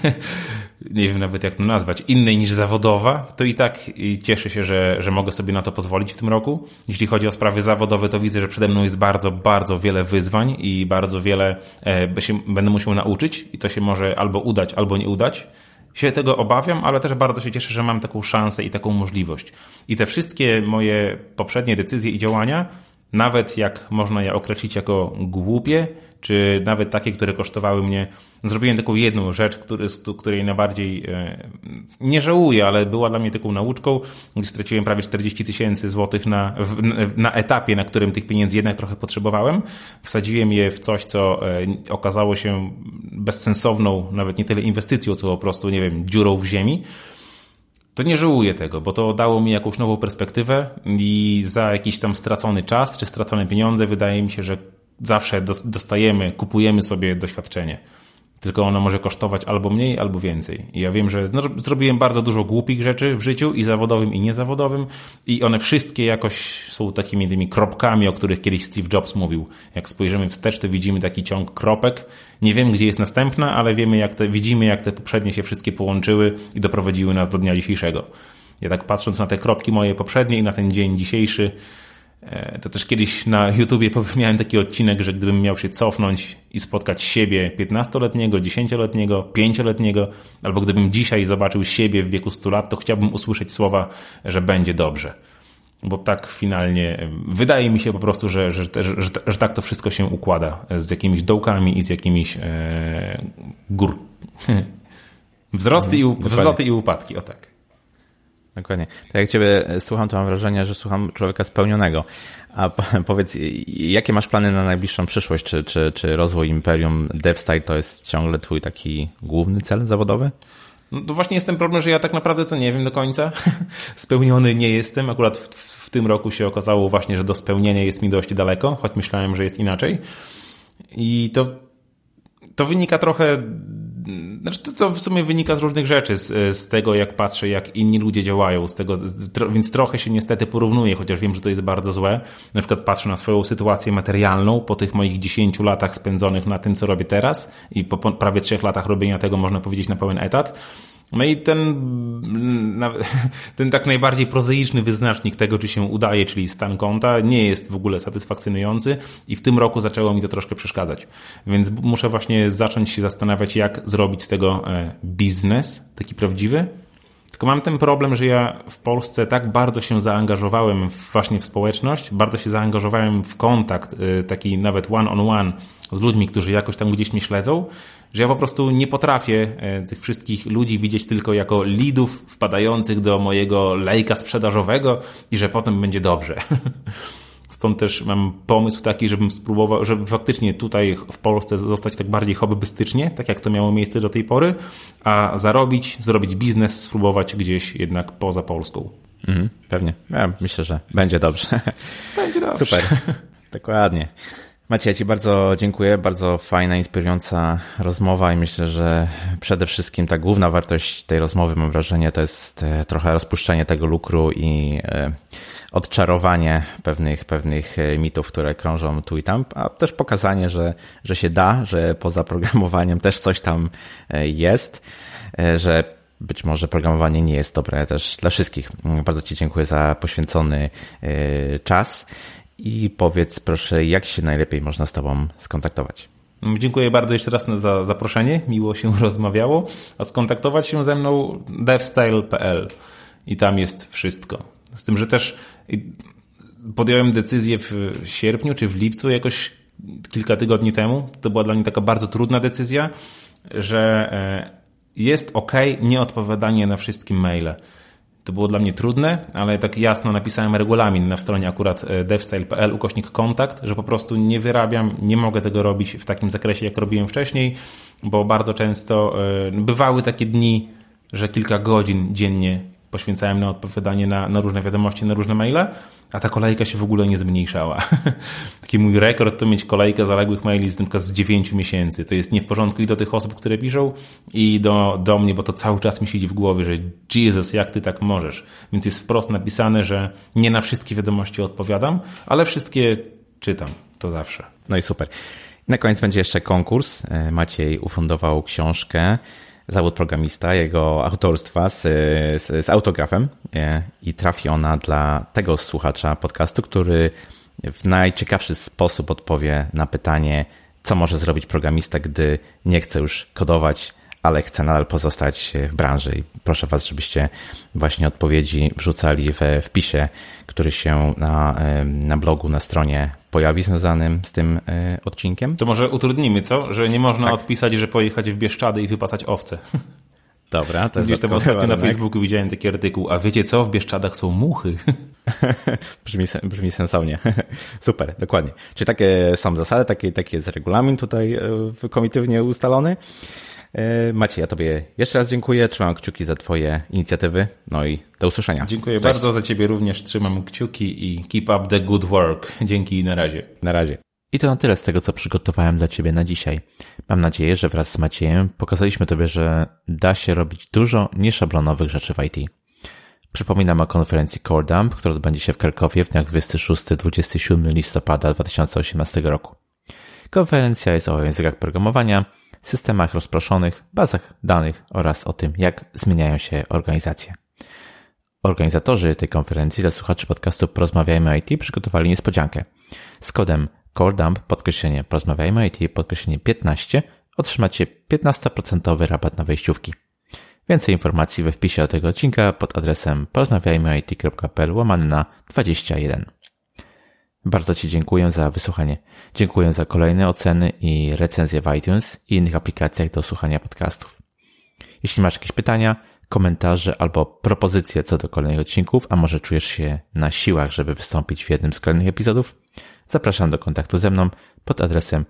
nie wiem nawet jak to nazwać, innej niż zawodowa, to i tak cieszę się, że mogę sobie na to pozwolić w tym roku. Jeśli chodzi o sprawy zawodowe, to widzę, że przede mną jest bardzo, bardzo wiele wyzwań i bardzo wiele będę musiał nauczyć i to się może albo udać, albo nie udać. Się tego obawiam, ale też bardzo się cieszę, że mam taką szansę i taką możliwość. I te wszystkie moje poprzednie decyzje i działania, nawet jak można je określić jako głupie, czy nawet takie, które kosztowały mnie. Zrobiłem taką jedną rzecz, której najbardziej nie żałuję, ale była dla mnie taką nauczką, gdzie straciłem prawie 40 000 złotych na etapie, na którym tych pieniędzy jednak trochę potrzebowałem. Wsadziłem je w coś, co okazało się bezsensowną, nawet nie tyle inwestycją, co po prostu, nie wiem, dziurą w ziemi. To nie żałuję tego, bo to dało mi jakąś nową perspektywę i za jakiś tam stracony czas czy stracone pieniądze wydaje mi się, że zawsze kupujemy sobie doświadczenie. Tylko ono może kosztować albo mniej, albo więcej. I ja wiem, że zrobiłem bardzo dużo głupich rzeczy w życiu i zawodowym, i niezawodowym i one wszystkie jakoś są takimi tymi kropkami, o których kiedyś Steve Jobs mówił. Jak spojrzymy wstecz, to widzimy taki ciąg kropek. Nie wiem, gdzie jest następna, ale widzimy, jak te poprzednie się wszystkie połączyły i doprowadziły nas do dnia dzisiejszego. Ja tak patrząc na te kropki moje poprzednie i na ten dzień dzisiejszy, to też kiedyś na YouTubie miałem taki odcinek, że gdybym miał się cofnąć i spotkać siebie 15-letniego, 10-letniego, 5-letniego, albo gdybym dzisiaj zobaczył siebie w wieku 100 lat, to chciałbym usłyszeć słowa, że będzie dobrze. Bo tak finalnie wydaje mi się po prostu, że tak to wszystko się układa. Z jakimiś dołkami i z jakimiś wzloty i upadki. O tak. Dokładnie. Tak jak Ciebie słucham, to mam wrażenie, że słucham człowieka spełnionego. A powiedz, jakie masz plany na najbliższą przyszłość? Czy rozwój Imperium DevStyle to jest ciągle Twój taki główny cel zawodowy? No to właśnie jest ten problem, że ja tak naprawdę to nie wiem do końca. Spełniony nie jestem. Akurat w tym roku się okazało właśnie, że do spełnienia jest mi dość daleko, choć myślałem, że jest inaczej. I to wynika trochę... Znaczy to w sumie wynika z różnych rzeczy, z tego jak patrzę, jak inni ludzie działają, więc trochę się niestety porównuję, chociaż wiem, że to jest bardzo złe. Na przykład patrzę na swoją sytuację materialną po tych moich 10 latach spędzonych na tym, co robię teraz i po prawie 3 latach robienia tego, można powiedzieć, na pełen etat. No i ten tak najbardziej prozaiczny wyznacznik tego, czy się udaje, czyli stan konta, nie jest w ogóle satysfakcjonujący i w tym roku zaczęło mi to troszkę przeszkadzać. Więc muszę właśnie zacząć się zastanawiać, jak zrobić z tego biznes, taki prawdziwy. Tylko mam ten problem, że ja w Polsce tak bardzo się zaangażowałem właśnie w społeczność, bardzo się zaangażowałem w kontakt, taki nawet one-on-one z ludźmi, którzy jakoś tam gdzieś mnie śledzą, że ja po prostu nie potrafię tych wszystkich ludzi widzieć tylko jako leadów wpadających do mojego lejka sprzedażowego i że potem będzie dobrze. Stąd też mam pomysł taki, żebym spróbował, żeby faktycznie tutaj w Polsce zostać tak bardziej hobbystycznie, tak jak to miało miejsce do tej pory, a zrobić biznes, spróbować gdzieś jednak poza Polską. Pewnie. Ja myślę, że będzie dobrze. Będzie dobrze. Super. Dokładnie. Maciej, ja Ci bardzo dziękuję. Bardzo fajna, inspirująca rozmowa i myślę, że przede wszystkim ta główna wartość tej rozmowy, mam wrażenie, to jest trochę rozpuszczenie tego lukru i odczarowanie pewnych mitów, które krążą tu i tam, a też pokazanie, że się da, że poza programowaniem też coś tam jest, że być może programowanie nie jest dobre też dla wszystkich. Bardzo Ci dziękuję za poświęcony czas i powiedz proszę, jak się najlepiej można z Tobą skontaktować. Dziękuję bardzo jeszcze raz za zaproszenie, miło się rozmawiało, a skontaktować się ze mną devstyle.pl i tam jest wszystko. Z tym, że też podjąłem decyzję w sierpniu czy w lipcu jakoś kilka tygodni temu. To była dla mnie taka bardzo trudna decyzja, że jest nieodpowiadanie na wszystkie maile. To było dla mnie trudne, ale tak jasno napisałem regulamin na stronie akurat devstyle.pl/kontakt, że po prostu nie wyrabiam, nie mogę tego robić w takim zakresie, jak robiłem wcześniej, bo bardzo często bywały takie dni, że kilka godzin dziennie poświęcałem na odpowiadanie na różne wiadomości, na różne maile, a ta kolejka się w ogóle nie zmniejszała. Taki mój rekord to mieć kolejkę zaległych maili z 9 miesięcy. To jest nie w porządku i do tych osób, które piszą, i do mnie, bo to cały czas mi siedzi w głowie, że Jesus, jak ty tak możesz? Więc jest wprost napisane, że nie na wszystkie wiadomości odpowiadam, ale wszystkie czytam. To zawsze. No i super. Na koniec będzie jeszcze konkurs. Maciej ufundował książkę Zawód programista, jego autorstwa z autografem i trafi ona dla tego słuchacza podcastu, który w najciekawszy sposób odpowie na pytanie, co może zrobić programista, gdy nie chce już kodować, ale chce nadal pozostać w branży. I proszę Was, żebyście właśnie odpowiedzi wrzucali we wpisie, który się na blogu, na stronie pojawi związanym z tym odcinkiem. To może utrudnimy, co? Że nie można odpisać, że pojechać w Bieszczady i wypasać owce. Dobra, to jest gdzieś tam ostatnio na Facebooku widziałem taki artykuł, a wiecie co? W Bieszczadach są muchy. Brzmi sensownie. Super, dokładnie. Czyli takie są zasady, taki jest regulamin tutaj komitywnie ustalony. Maciej, ja Tobie jeszcze raz dziękuję. Trzymam kciuki za Twoje inicjatywy. No i do usłyszenia. Dziękuję bardzo, za Ciebie również trzymam kciuki i keep up the good work. Dzięki i na razie. Na razie. I to na tyle z tego, co przygotowałem dla Ciebie na dzisiaj. Mam nadzieję, że wraz z Maciejem pokazaliśmy Tobie, że da się robić dużo nieszablonowych rzeczy w IT. Przypominam o konferencji Core Dump, która odbędzie się w Krakowie w dniach 26-27 listopada 2018 roku. Konferencja jest o językach programowania, systemach rozproszonych, bazach danych oraz o tym, jak zmieniają się organizacje. Organizatorzy tej konferencji dla słuchaczy podcastu Porozmawiajmy o IT przygotowali niespodziankę. Z kodem CoreDump, porozmawiajmy o IT, 15, otrzymacie 15% rabat na wejściówki. Więcej informacji we wpisie do tego odcinka pod adresem porozmawiajmyoit.pl/21. Bardzo Ci dziękuję za wysłuchanie. Dziękuję za kolejne oceny i recenzje w iTunes i innych aplikacjach do słuchania podcastów. Jeśli masz jakieś pytania, komentarze albo propozycje co do kolejnych odcinków, a może czujesz się na siłach, żeby wystąpić w jednym z kolejnych epizodów, zapraszam do kontaktu ze mną pod adresem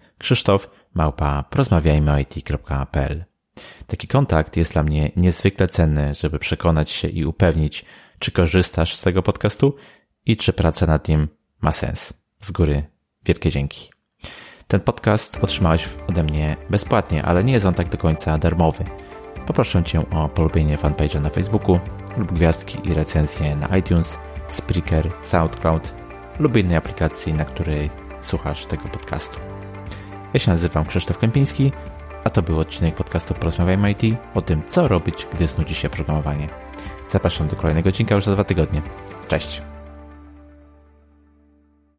krzysztof@porozmawiajmyoit.pl. Taki kontakt jest dla mnie niezwykle cenny, żeby przekonać się i upewnić, czy korzystasz z tego podcastu i czy praca nad nim ma sens. Z góry wielkie dzięki. Ten podcast otrzymałeś ode mnie bezpłatnie, ale nie jest on tak do końca darmowy. Poproszę Cię o polubienie fanpage'a na Facebooku lub gwiazdki i recenzje na iTunes, Spreaker, SoundCloud lub innej aplikacji, na której słuchasz tego podcastu. Ja się nazywam Krzysztof Kępiński, a to był odcinek podcastu Porozmawiajmy IT o tym, co robić, gdy znudzi się programowanie. Zapraszam do kolejnego odcinka już za 2 tygodnie. Cześć!